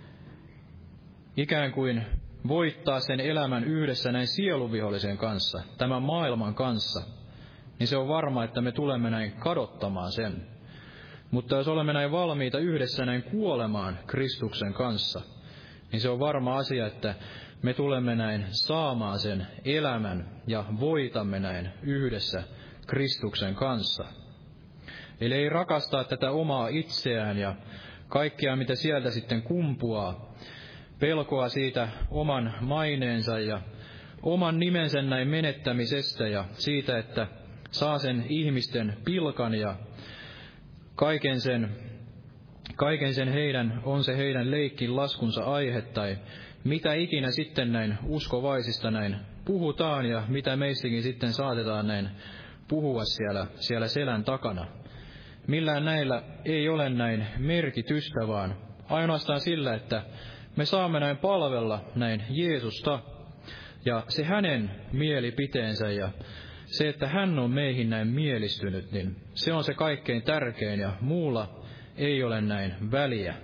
ikään kuin voittaa sen elämän yhdessä näin sieluvihollisen kanssa, tämän maailman kanssa, niin se on varma, että me tulemme näin kadottamaan sen. Mutta jos olemme näin valmiita yhdessä näin kuolemaan Kristuksen kanssa, niin se on varma asia, että me tulemme näin saamaan sen elämän ja voitamme näin yhdessä Kristuksen kanssa. Eli ei rakastaa tätä omaa itseään ja kaikkea, mitä sieltä sitten kumpuaa, pelkoa siitä oman maineensa ja oman nimensä näin menettämisestä ja siitä, että saa sen ihmisten pilkan ja kaiken sen kaiken sen on se heidän leikkin laskunsa aihe, tai mitä ikinä sitten näin uskovaisista näin puhutaan, ja mitä meistäkin sitten saatetaan näin puhua siellä selän takana. Millään näillä ei ole näin merkitystä, vaan ainoastaan sillä, että me saamme näin palvella näin Jeesusta, ja se hänen mielipiteensä ja se, että hän on meihin näin mielistynyt, niin se on se kaikkein tärkein, ja muulla ei ole näin väliä.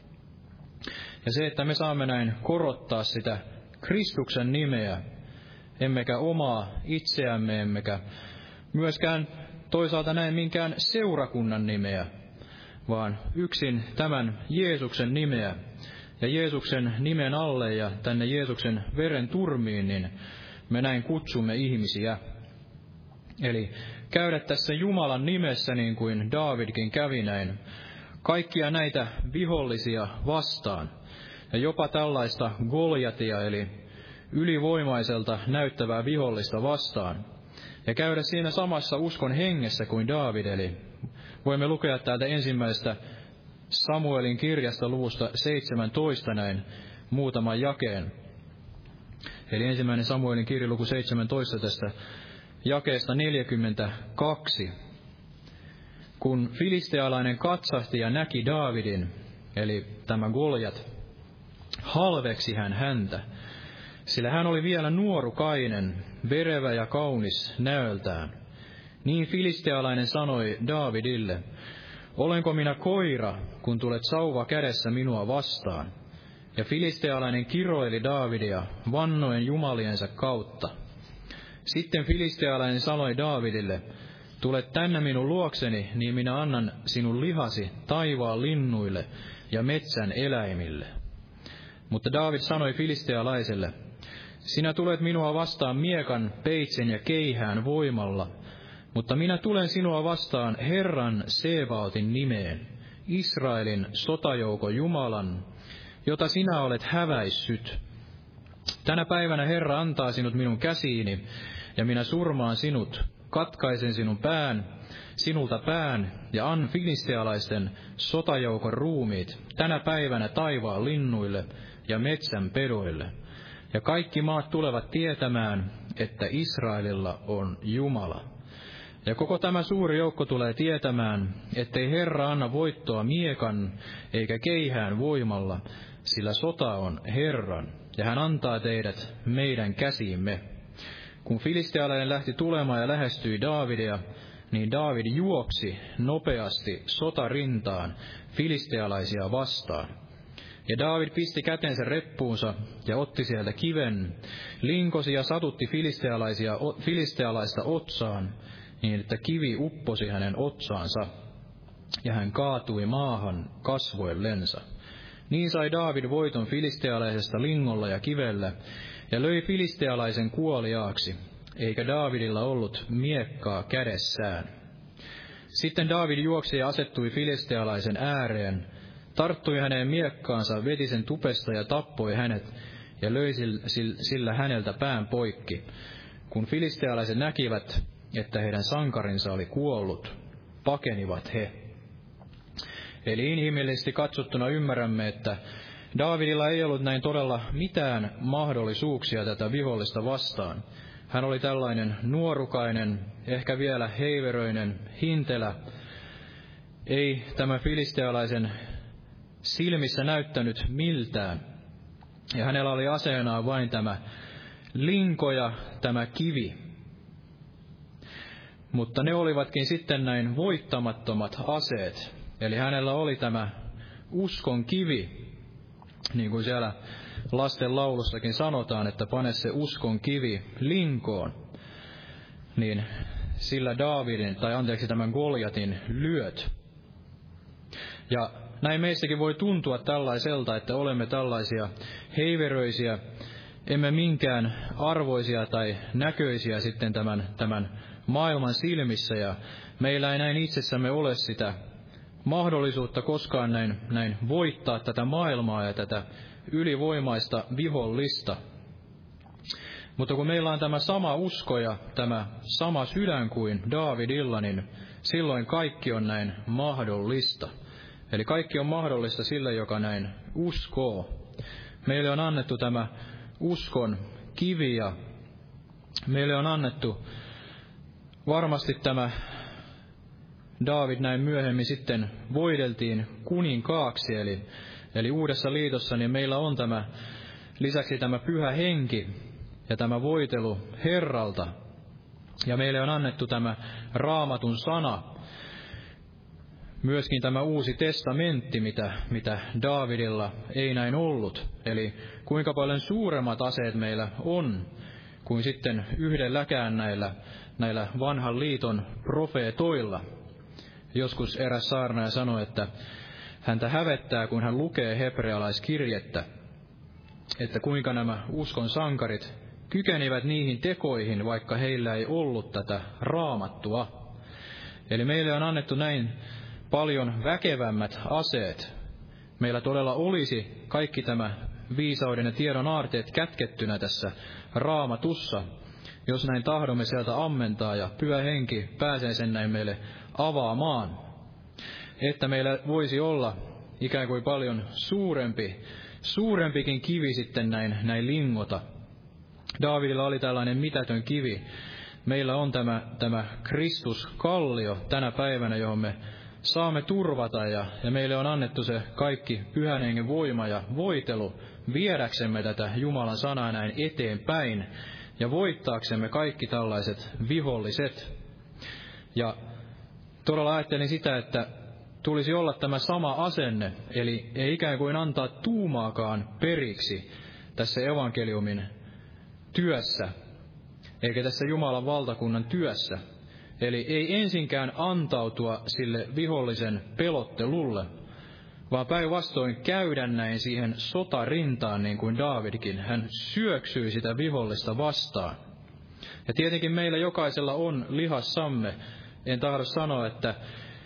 Ja se, että me saamme näin korottaa sitä Kristuksen nimeä, emmekä omaa itseämme, emmekä myöskään toisaalta näin minkään seurakunnan nimeä, vaan yksin tämän Jeesuksen nimeä, ja Jeesuksen nimen alle ja tänne Jeesuksen veren turmiin, niin me näin kutsumme ihmisiä. Eli käydä tässä Jumalan nimessä, niin kuin Daavidkin kävi näin, kaikkia näitä vihollisia vastaan, ja jopa tällaista Goljatia, eli ylivoimaiselta näyttävää vihollista vastaan, ja käydä siinä samassa uskon hengessä kuin Daavid, eli voimme lukea täältä ensimmäisestä Samuelin kirjasta luvusta 17 näin muutaman jakeen. Eli ensimmäinen Samuelin kirja luku 17 tästä jakeesta 42. Kun filistealainen katsahti ja näki Daavidin, eli tämä Goljat, halveksi hän häntä, sillä hän oli vielä nuorukainen, verevä ja kaunis näöltään. Niin filistealainen sanoi Daavidille, olenko minä koira, kun tulet sauva kädessä minua vastaan? Ja filistealainen kiroili Daavidia vannoen jumaliensa kautta. Sitten filistealainen sanoi Daavidille, tulet tänne minun luokseni, niin minä annan sinun lihasi taivaan linnuille ja metsän eläimille. Mutta Daavid sanoi filistealaiselle, sinä tulet minua vastaan miekan, peitsen ja keihään voimalla, mutta minä tulen sinua vastaan Herran Sebaotin nimeen, Israelin sotajoukon Jumalan, jota sinä olet häväissyt. Tänä päivänä Herra antaa sinut minun käsiini, ja minä surmaan sinut, katkaisen sinulta pään, ja annan filistealaisten sotajoukon ruumiit tänä päivänä taivaan linnuille ja metsän pedoille. Ja kaikki maat tulevat tietämään, että Israelilla on Jumala. Ja koko tämä suuri joukko tulee tietämään, ettei Herra anna voittoa miekan eikä keihään voimalla, sillä sota on Herran, ja hän antaa teidät meidän käsiimme. Kun filistealainen lähti tulemaan ja lähestyi Daavidia, niin Daavid juoksi nopeasti sotarintaan filistealaisia vastaan. Ja Daavid pisti kätensä reppuunsa ja otti sieltä kiven, linkosi ja satutti filistealaista otsaan, niin että kivi upposi hänen otsaansa, ja hän kaatui maahan kasvoillensa. Niin sai Daavid voiton filistealaisesta lingolla ja kivellä, ja löi filistealaisen kuoliaaksi, eikä Daavidilla ollut miekkaa kädessään. Sitten Daavid juoksi ja asettui filistealaisen ääreen, tarttui hänen miekkaansa, veti sen tupesta ja tappoi hänet, ja löi sillä häneltä pään poikki. Kun filistealaiset näkivät, että heidän sankarinsa oli kuollut, pakenivat he. Eli inhimillisesti katsottuna ymmärrämme, että Daavidilla ei ollut näin todella mitään mahdollisuuksia tätä vihollista vastaan. Hän oli tällainen nuorukainen, ehkä vielä heiveröinen, hintelä. Ei tämä filistealaisen silmissä näyttänyt miltään. Ja hänellä oli aseenaan vain tämä linko ja tämä kivi. Mutta ne olivatkin sitten näin voittamattomat aseet. Eli hänellä oli tämä uskon kivi, niin kuin siellä lasten laulussakin sanotaan, että pane se uskon kivi linkoon. Niin sillä tämän Goljatin lyöt. Ja näin meistäkin voi tuntua tällaiselta, että olemme tällaisia heiveröisiä, emme minkään arvoisia tai näköisiä sitten tämän maailman silmissä, ja meillä ei näin itsessämme ole sitä mahdollisuutta koskaan näin voittaa tätä maailmaa ja tätä ylivoimaista vihollista. Mutta kun meillä on tämä sama usko ja tämä sama sydän kuin Daavidilla, niin silloin kaikki on näin mahdollista. Eli kaikki on mahdollista sille, joka näin uskoo. Meille on annettu tämä uskon kivi ja meille on annettu varmasti tämä Daavid näin myöhemmin sitten voideltiin kuninkaaksi, eli uudessa liitossa, niin meillä on lisäksi tämä pyhä henki ja tämä voitelu Herralta. Ja meille on annettu tämä Raamatun sana, myöskin tämä uusi testamentti, mitä Daavidilla ei näin ollut. Eli kuinka paljon suuremmat aseet meillä on kuin sitten yhdelläkään näillä vanhan liiton profeetoilla. Joskus eräs saarnaaja sanoi, että häntä hävettää, kun hän lukee hebrealaiskirjettä, että kuinka nämä uskon sankarit kykenivät niihin tekoihin, vaikka heillä ei ollut tätä raamattua. Eli meille on annettu näin paljon väkevämmät aseet. Meillä todella olisi kaikki tämä viisauden ja tiedon aarteet kätkettynä tässä raamatussa, jos näin tahdomme sieltä ammentaa ja pyhä henki pääsee sen näin meille avaamaan. Että meillä voisi olla ikään kuin paljon suurempikin kivi sitten näin lingota. Daavidilla oli tällainen mitätön kivi. Meillä on tämä Kristuskallio tänä päivänä, johon me saamme turvata, ja meille on annettu se kaikki pyhän hengen voima ja voitelu viedäksemme tätä Jumalan sanaa näin eteenpäin ja voittaaksemme kaikki tällaiset viholliset. Ja todella ajattelin sitä, että tulisi olla tämä sama asenne, eli ei ikään kuin antaa tuumaakaan periksi tässä evankeliumin työssä, eikä tässä Jumalan valtakunnan työssä. Eli ei ensinkään antautua sille vihollisen pelottelulle, vaan päinvastoin käydä näin siihen sotarintaan niin kuin Daavidkin. Hän syöksyi sitä vihollista vastaan. Ja tietenkin meillä jokaisella on lihassamme. En tahdo sanoa, että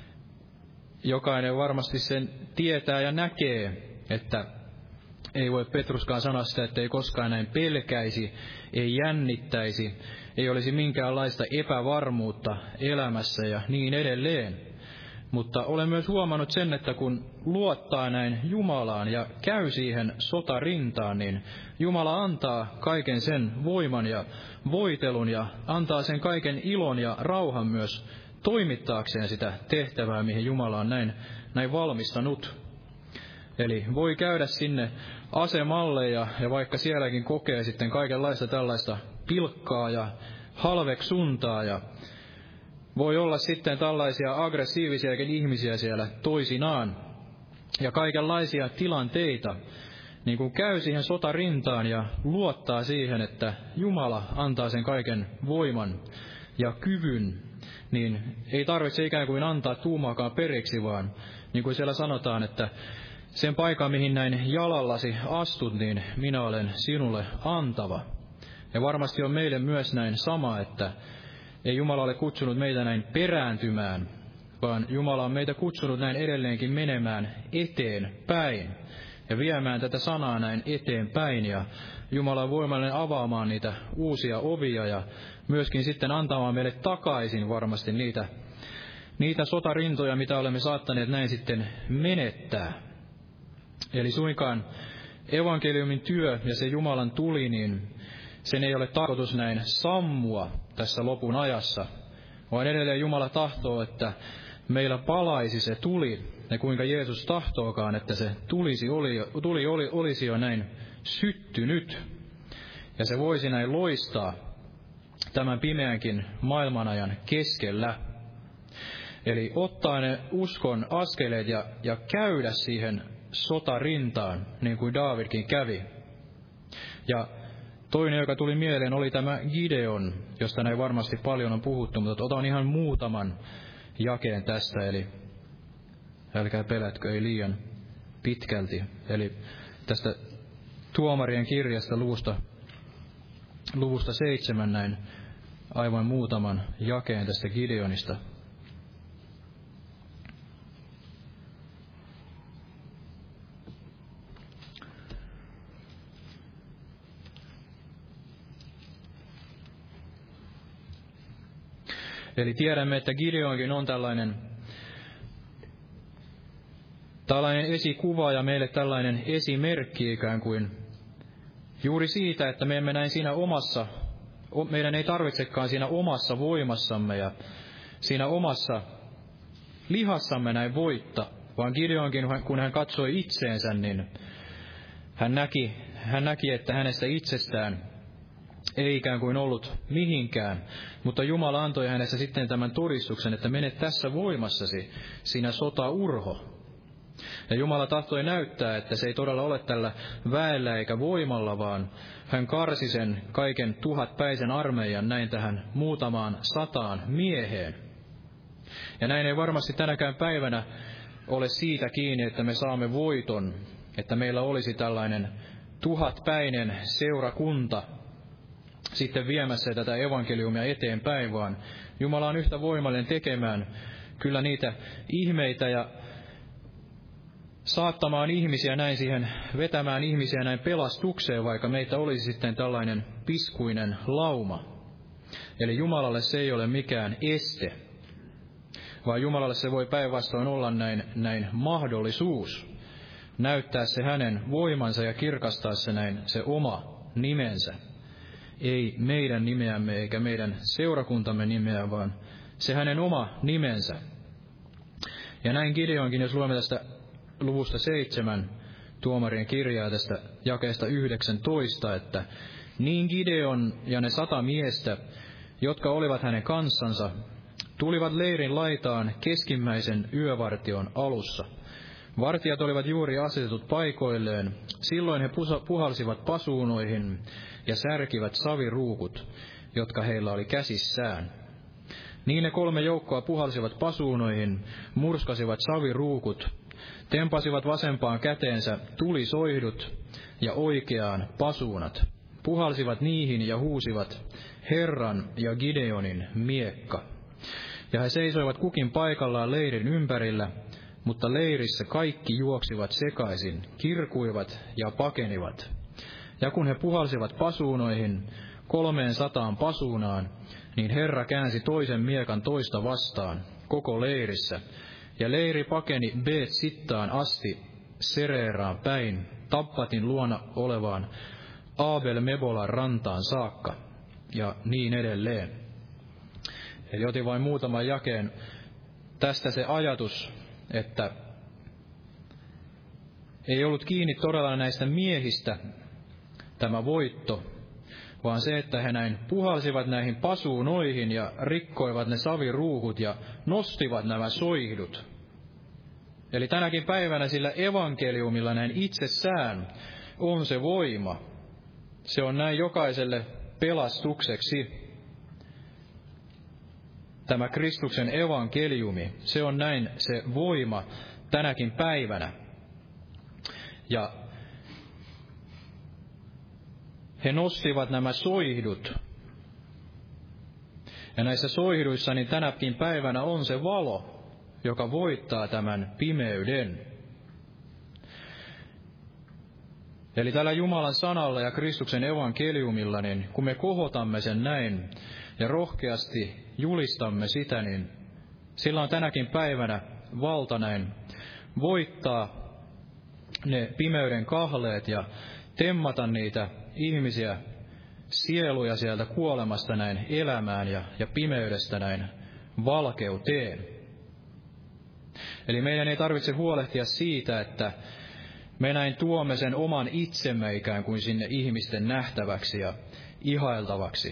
jokainen varmasti sen tietää ja näkee, että ei voi Petruskaan sanoa sitä, että ei koskaan näin pelkäisi, ei jännittäisi, ei olisi minkäänlaista epävarmuutta elämässä ja niin edelleen. Mutta olen myös huomannut sen, että kun luottaa näin Jumalaan ja käy siihen sotarintaan, niin Jumala antaa kaiken sen voiman ja voitelun ja antaa sen kaiken ilon ja rauhan myös toimittaakseen sitä tehtävää, mihin Jumala on näin valmistanut. Eli voi käydä sinne asemalle ja vaikka sielläkin kokee sitten kaikenlaista tällaista pilkkaa ja halveksuntaa ja voi olla sitten tällaisia aggressiivisiakin ihmisiä siellä toisinaan ja kaikenlaisia tilanteita, niin kun käy siihen sotarintaan ja luottaa siihen, että Jumala antaa sen kaiken voiman ja kyvyn, niin ei tarvitse ikään kuin antaa tuumaakaan periksi, vaan niin kuin siellä sanotaan, että sen paikan, mihin näin jalallasi astut, niin minä olen sinulle antava. Ja varmasti on meille myös näin sama, että ei Jumala ole kutsunut meitä näin perääntymään, vaan Jumala on meitä kutsunut näin edelleenkin menemään eteenpäin ja viemään tätä sanaa näin eteenpäin. Ja Jumala on voimallinen avaamaan niitä uusia ovia ja myöskin sitten antamaan meille takaisin varmasti niitä sotarintoja, mitä olemme saattaneet näin sitten menettää. Eli suinkaan evankeliumin työ ja se Jumalan tuli, niin sen ei ole tarkoitus näin sammua tässä lopun ajassa, vaan edelleen Jumala tahtoo, että meillä palaisi se tuli, ja kuinka Jeesus tahtookaan, että se olisi jo näin syttynyt, ja se voisi näin loistaa tämän pimeänkin maailmanajan keskellä. Eli ottaa ne uskon askeleet ja käydä siihen sotarintaan, niin kuin Daavidkin kävi. Ja toinen, joka tuli mieleen, oli tämä Gideon, josta näin varmasti paljon on puhuttu, mutta otan ihan muutaman jakeen tästä, eli älkää pelätkö, ei liian pitkälti. Eli tästä Tuomarien kirjasta luvusta 7 näin aivan muutaman jakeen tästä Gideonista. Eli tiedämme, että Gideonkin on tällainen esikuva ja meille tällainen esimerkki ikään kuin juuri siitä, että me emme näin siinä meidän ei tarvitsekaan siinä omassa voimassamme ja siinä omassa lihassamme näin voittaa, vaan Gideonkin, kun hän katsoi itseensä, niin hän näki, että hänestä itsestään ei ikään kuin ollut mihinkään, mutta Jumala antoi hänessä sitten tämän todistuksen, että mene tässä voimassasi, sinä sotaurho. Ja Jumala tahtoi näyttää, että se ei todella ole tällä väellä eikä voimalla, vaan hän karsi sen kaiken 1000-päisen armeijan näin tähän muutamaan 100 mieheen. Ja näin ei varmasti tänäkään päivänä ole siitä kiinni, että me saamme voiton, että meillä olisi tällainen 1000-päinen seurakunta sitten viemässä tätä evankeliumia eteenpäin, vaan Jumala on yhtä voimallinen tekemään kyllä niitä ihmeitä ja saattamaan ihmisiä näin siihen, vetämään ihmisiä näin pelastukseen, vaikka meitä olisi sitten tällainen piskuinen lauma. Eli Jumalalle se ei ole mikään este, vaan Jumalalle se voi päinvastoin olla näin mahdollisuus näyttää se hänen voimansa ja kirkastaa se näin se oma nimensä. Ei meidän nimeämme eikä meidän seurakuntamme nimeä, vaan se hänen oma nimensä. Ja näin Gideonkin, jos luemme tästä luvusta 7 tuomarien kirjaa tästä jakeesta 19, että niin Gideon ja ne 100 miestä, jotka olivat hänen kanssansa, tulivat leirin laitaan keskimmäisen yövartion alussa. Vartijat olivat juuri asetetut paikoilleen, silloin he puhalsivat pasuunoihin ja särkivät saviruukut, jotka heillä oli käsissään. Niin ne 3 joukkoa puhalsivat pasuunoihin, murskasivat saviruukut, tempasivat vasempaan käteensä tulisoihdut ja oikeaan pasuunat, puhalsivat niihin ja huusivat Herran ja Gideonin miekka. Ja he seisoivat kukin paikallaan leirin ympärillä, mutta leirissä kaikki juoksivat sekaisin, kirkuivat ja pakenivat. Ja kun he puhalsivat pasuunoihin 300 pasuunaan, niin Herra käänsi toisen miekan toista vastaan koko leirissä, ja leiri pakeni Bet-Sittaan asti Sereeraan päin, Tappatin luona olevaan Abel-Mebolan rantaan saakka, ja niin edelleen. Eli otin vain muutaman jakeen tästä se ajatus, että ei ollut kiinni todella näistä miehistä tämä voitto, vaan se, että he näin puhalsivat näihin pasuunoihin ja rikkoivat ne saviruukut ja nostivat nämä soihdut. Eli tänäkin päivänä sillä evankeliumilla näin itsessään on se voima. Se on näin jokaiselle pelastukseksi. Tämä Kristuksen evankeliumi, se on näin se voima tänäkin päivänä. Ja he nostivat nämä soihdut. Ja näissä soihduissa niin tänäkin päivänä on se valo, joka voittaa tämän pimeyden. Eli tällä Jumalan sanalla ja Kristuksen evankeliumilla, niin kun me kohotamme sen näin ja rohkeasti julistamme sitä, niin sillä on tänäkin päivänä valta näin voittaa ne pimeyden kahleet ja temmata niitä ihmisiä, sieluja sieltä kuolemasta näin elämään ja pimeydestä näin valkeuteen. Eli meidän ei tarvitse huolehtia siitä, että me näin tuomme sen oman itsemme ikään kuin sinne ihmisten nähtäväksi ja ihailtavaksi.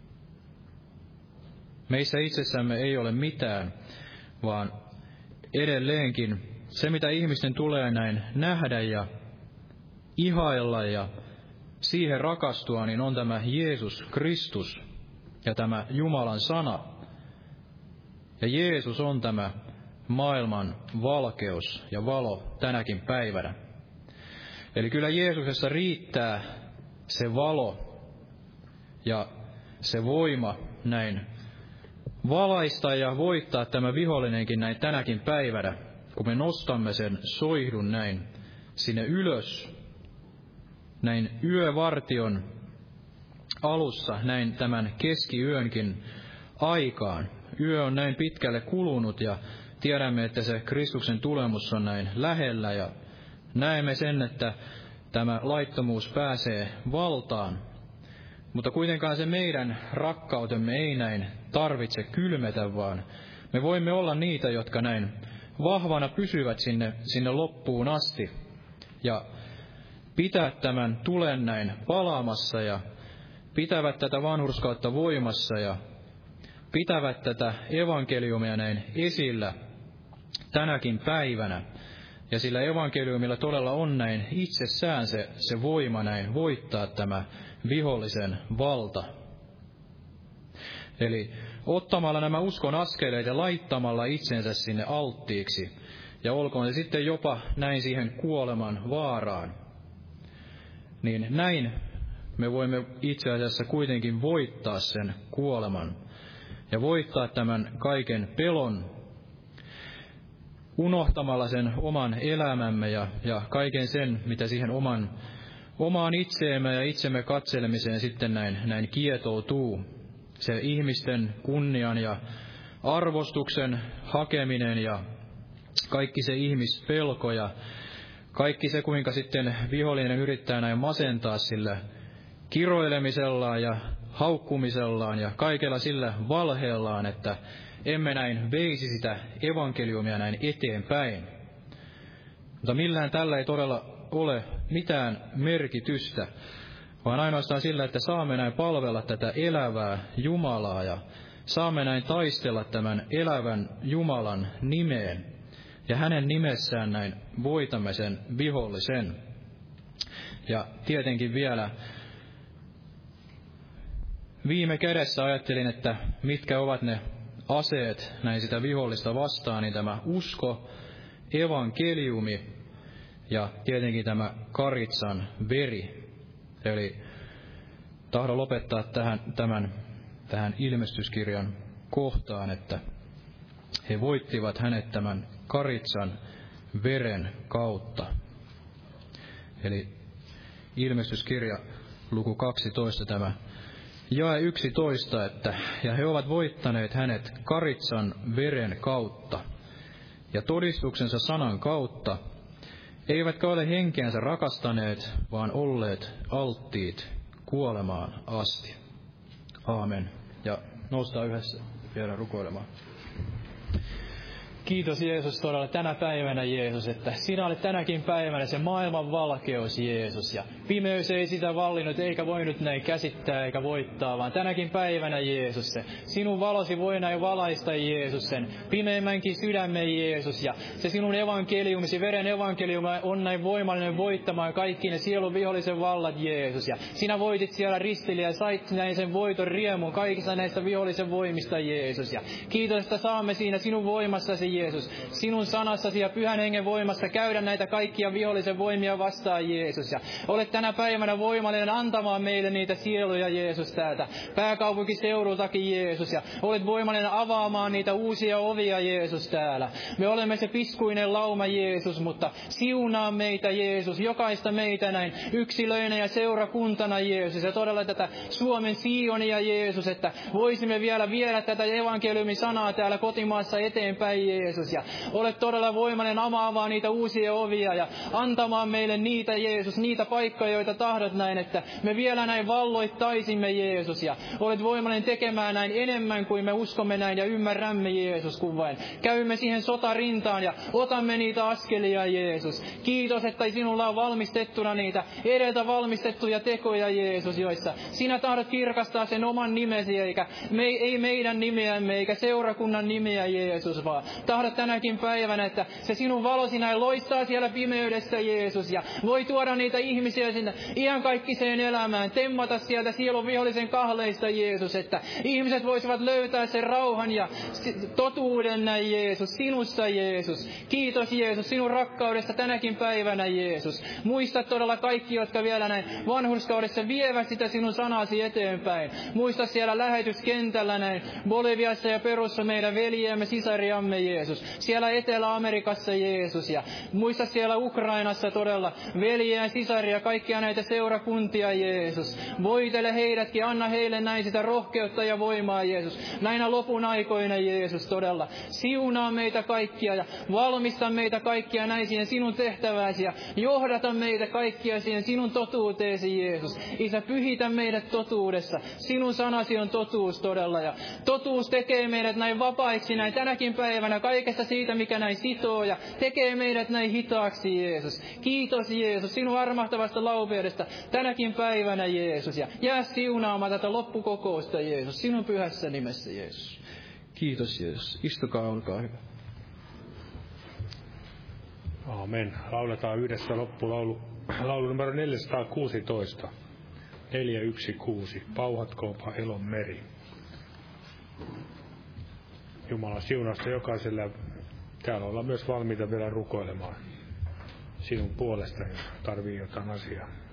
Meissä itsessämme ei ole mitään, vaan edelleenkin se, mitä ihmisten tulee näin nähdä ja ihailla ja siihen rakastua, niin on tämä Jeesus Kristus ja tämä Jumalan sana. Ja Jeesus on tämä maailman valkeus ja valo tänäkin päivänä. Eli kyllä Jeesuksessa riittää se valo ja se voima näin valaista ja voittaa tämä vihollinenkin näin tänäkin päivänä, kun me nostamme sen soihdun näin sinne ylös, näin yövartion alussa, näin tämän keskiyönkin aikaan. Yö on näin pitkälle kulunut ja tiedämme, että se Kristuksen tulemus on näin lähellä ja näemme sen, että tämä laittomuus pääsee valtaan. Mutta kuitenkaan se meidän rakkautemme ei näin tarvitse kylmetä, vaan me voimme olla niitä, jotka näin vahvana pysyvät sinne loppuun asti ja pitää tämän tulen näin palaamassa ja pitävät tätä vanhurskautta voimassa ja pitävät tätä evankeliumia näin esillä tänäkin päivänä. Ja sillä evankeliumilla todella on näin itsessään se voima näin voittaa tämä vihollisen valta. Eli ottamalla nämä uskon askeleet ja laittamalla itsensä sinne alttiiksi, ja olkoon se sitten jopa näin siihen kuoleman vaaraan, niin näin me voimme itse asiassa kuitenkin voittaa sen kuoleman ja voittaa tämän kaiken pelon, unohtamalla sen oman elämämme ja kaiken sen, mitä siihen omaan itseemme ja itsemme katselemiseen sitten näin kietoutuu. Se ihmisten kunnian ja arvostuksen hakeminen ja kaikki se ihmispelko ja kaikki se, kuinka sitten vihollinen yrittää näin masentaa sillä kiroilemisellaan ja haukkumisellaan ja kaikella sillä valheellaan, että emme näin veisi sitä evankeliumia näin eteenpäin. Mutta millään tällä ei todella ole mitään merkitystä, vaan ainoastaan sillä, että saamme näin palvella tätä elävää Jumalaa ja saamme näin taistella tämän elävän Jumalan nimeen. Ja hänen nimessään näin voitamme sen vihollisen. Ja tietenkin vielä viime kädessä ajattelin, että mitkä ovat ne aseet näin sitä vihollista vastaan, niin tämä usko, evankeliumi ja tietenkin tämä karitsan veri. Eli tahdon lopettaa tähän ilmestyskirjan kohtaan, että he voittivat hänet tämän karitsan veren kautta. Eli ilmestyskirja luku 12 tämä jae 11, että ja he ovat voittaneet hänet karitsan veren kautta ja todistuksensa sanan kautta, eivätkä ole henkeänsä rakastaneet, vaan olleet alttiit kuolemaan asti. Aamen. Ja noustaan yhdessä vielä rukoilemaan. Kiitos Jeesus todella tänä päivänä, Jeesus, että sinä olet tänäkin päivänä se maailman valkeus, Jeesus. Ja pimeys ei sitä vallinnut eikä voinut näin käsittää eikä voittaa, vaan tänäkin päivänä, Jeesus, se sinun valosi voi näin valaista, Jeesus, sen pimeimmänkin sydämen, Jeesus. Ja se sinun evankeliumisi, veren evankeliumi on näin voimallinen voittamaan kaikki ne sielun vihollisen vallat, Jeesus. Ja sinä voitit siellä ristillä ja sait näin sen voiton riemun kaikista näistä vihollisen voimista, Jeesus. Ja kiitos, että saamme siinä sinun voimassasi, Jeesus, sinun sanassasi ja pyhän hengen voimasta käydä näitä kaikkia vihollisen voimia vastaan, Jeesus. Ja olet tänä päivänä voimallinen antamaan meille niitä sieluja, Jeesus, täältä pääkaupunkiseudultakin, Jeesus. Ja olet voimallinen avaamaan niitä uusia ovia, Jeesus, täällä. Me olemme se piskuinen lauma, Jeesus, mutta siunaa meitä, Jeesus, jokaista meitä näin yksilöinä ja seurakuntana, Jeesus. Ja todella tätä Suomen Sionia, Jeesus, että voisimme vielä viedä tätä evankeliumin sanaa täällä kotimaassa eteenpäin, Jeesus. Ja olet todella voimallinen avaamaan niitä uusia ovia ja antamaan meille niitä, Jeesus, niitä paikkoja, joita tahdot näin, että me vielä näin valloittaisimme, Jeesus. Ja olet voimallinen tekemään näin enemmän kuin me uskomme näin ja ymmärrämme, Jeesus, kun vain käymme siihen sotarintaan ja otamme niitä askelia, Jeesus. Kiitos, että sinulla on valmistettuna niitä edeltä valmistettuja tekoja, Jeesus, joissa sinä tahdot kirkastaa sen oman nimesi, eikä ei meidän nimeämme, eikä seurakunnan nimeä, Jeesus, vaan tahdot tänäkin päivänä, että se sinun valosi näin loistaa siellä pimeydessä, Jeesus, ja voi tuoda niitä ihmisiä sinne iankaikkiseen elämään, temmata sieltä sielun vihollisen kahleista, Jeesus, että ihmiset voisivat löytää sen rauhan ja totuuden näin, Jeesus, sinussa, Jeesus. Kiitos, Jeesus, sinun rakkaudesta tänäkin päivänä, Jeesus. Muista todella kaikki, jotka vielä näin vanhurskaudessa vievät sitä sinun sanasi eteenpäin. Muista siellä lähetyskentällä näin Boliviassa ja Perussa meidän veljiämme, sisariamme, Jeesus. Siellä Etelä-Amerikassa, Jeesus. Ja muista siellä Ukrainassa todella veljiä ja sisaria, kaikkia näitä seurakuntia, Jeesus. Voitele heidätkin, anna heille näin sitä rohkeutta ja voimaa, Jeesus. Näinä lopun aikoina, Jeesus, todella. Siunaa meitä kaikkia ja valmista meitä kaikkia näin siihen sinun tehtävääsi ja johdata meitä kaikkia siihen sinun totuuteesi, Jeesus. Isä, pyhitä meidät totuudessa. Sinun sanasi on totuus todella ja totuus tekee meidät näin vapaiksi näin tänäkin päivänä kaikesta siitä, mikä näin sitoo ja tekee meidät näin hitaaksi, Jeesus. Kiitos, Jeesus, sinun armahtavasta laupeudesta tänäkin päivänä, Jeesus. Ja jää siunaamaan tätä loppukokousta, Jeesus, sinun pyhässä nimessä, Jeesus. Kiitos, Jeesus. Istukaa, olkaa hyvä. Aamen. Lauletaan yhdessä loppulaulu. Laulu numero 416. 416. Pauhatkoonpa elon meri. Jumalan siunausta jokaiselle. Täällä ollaan myös valmiita vielä rukoilemaan sinun puolesta, jos tarvii jotain asiaa.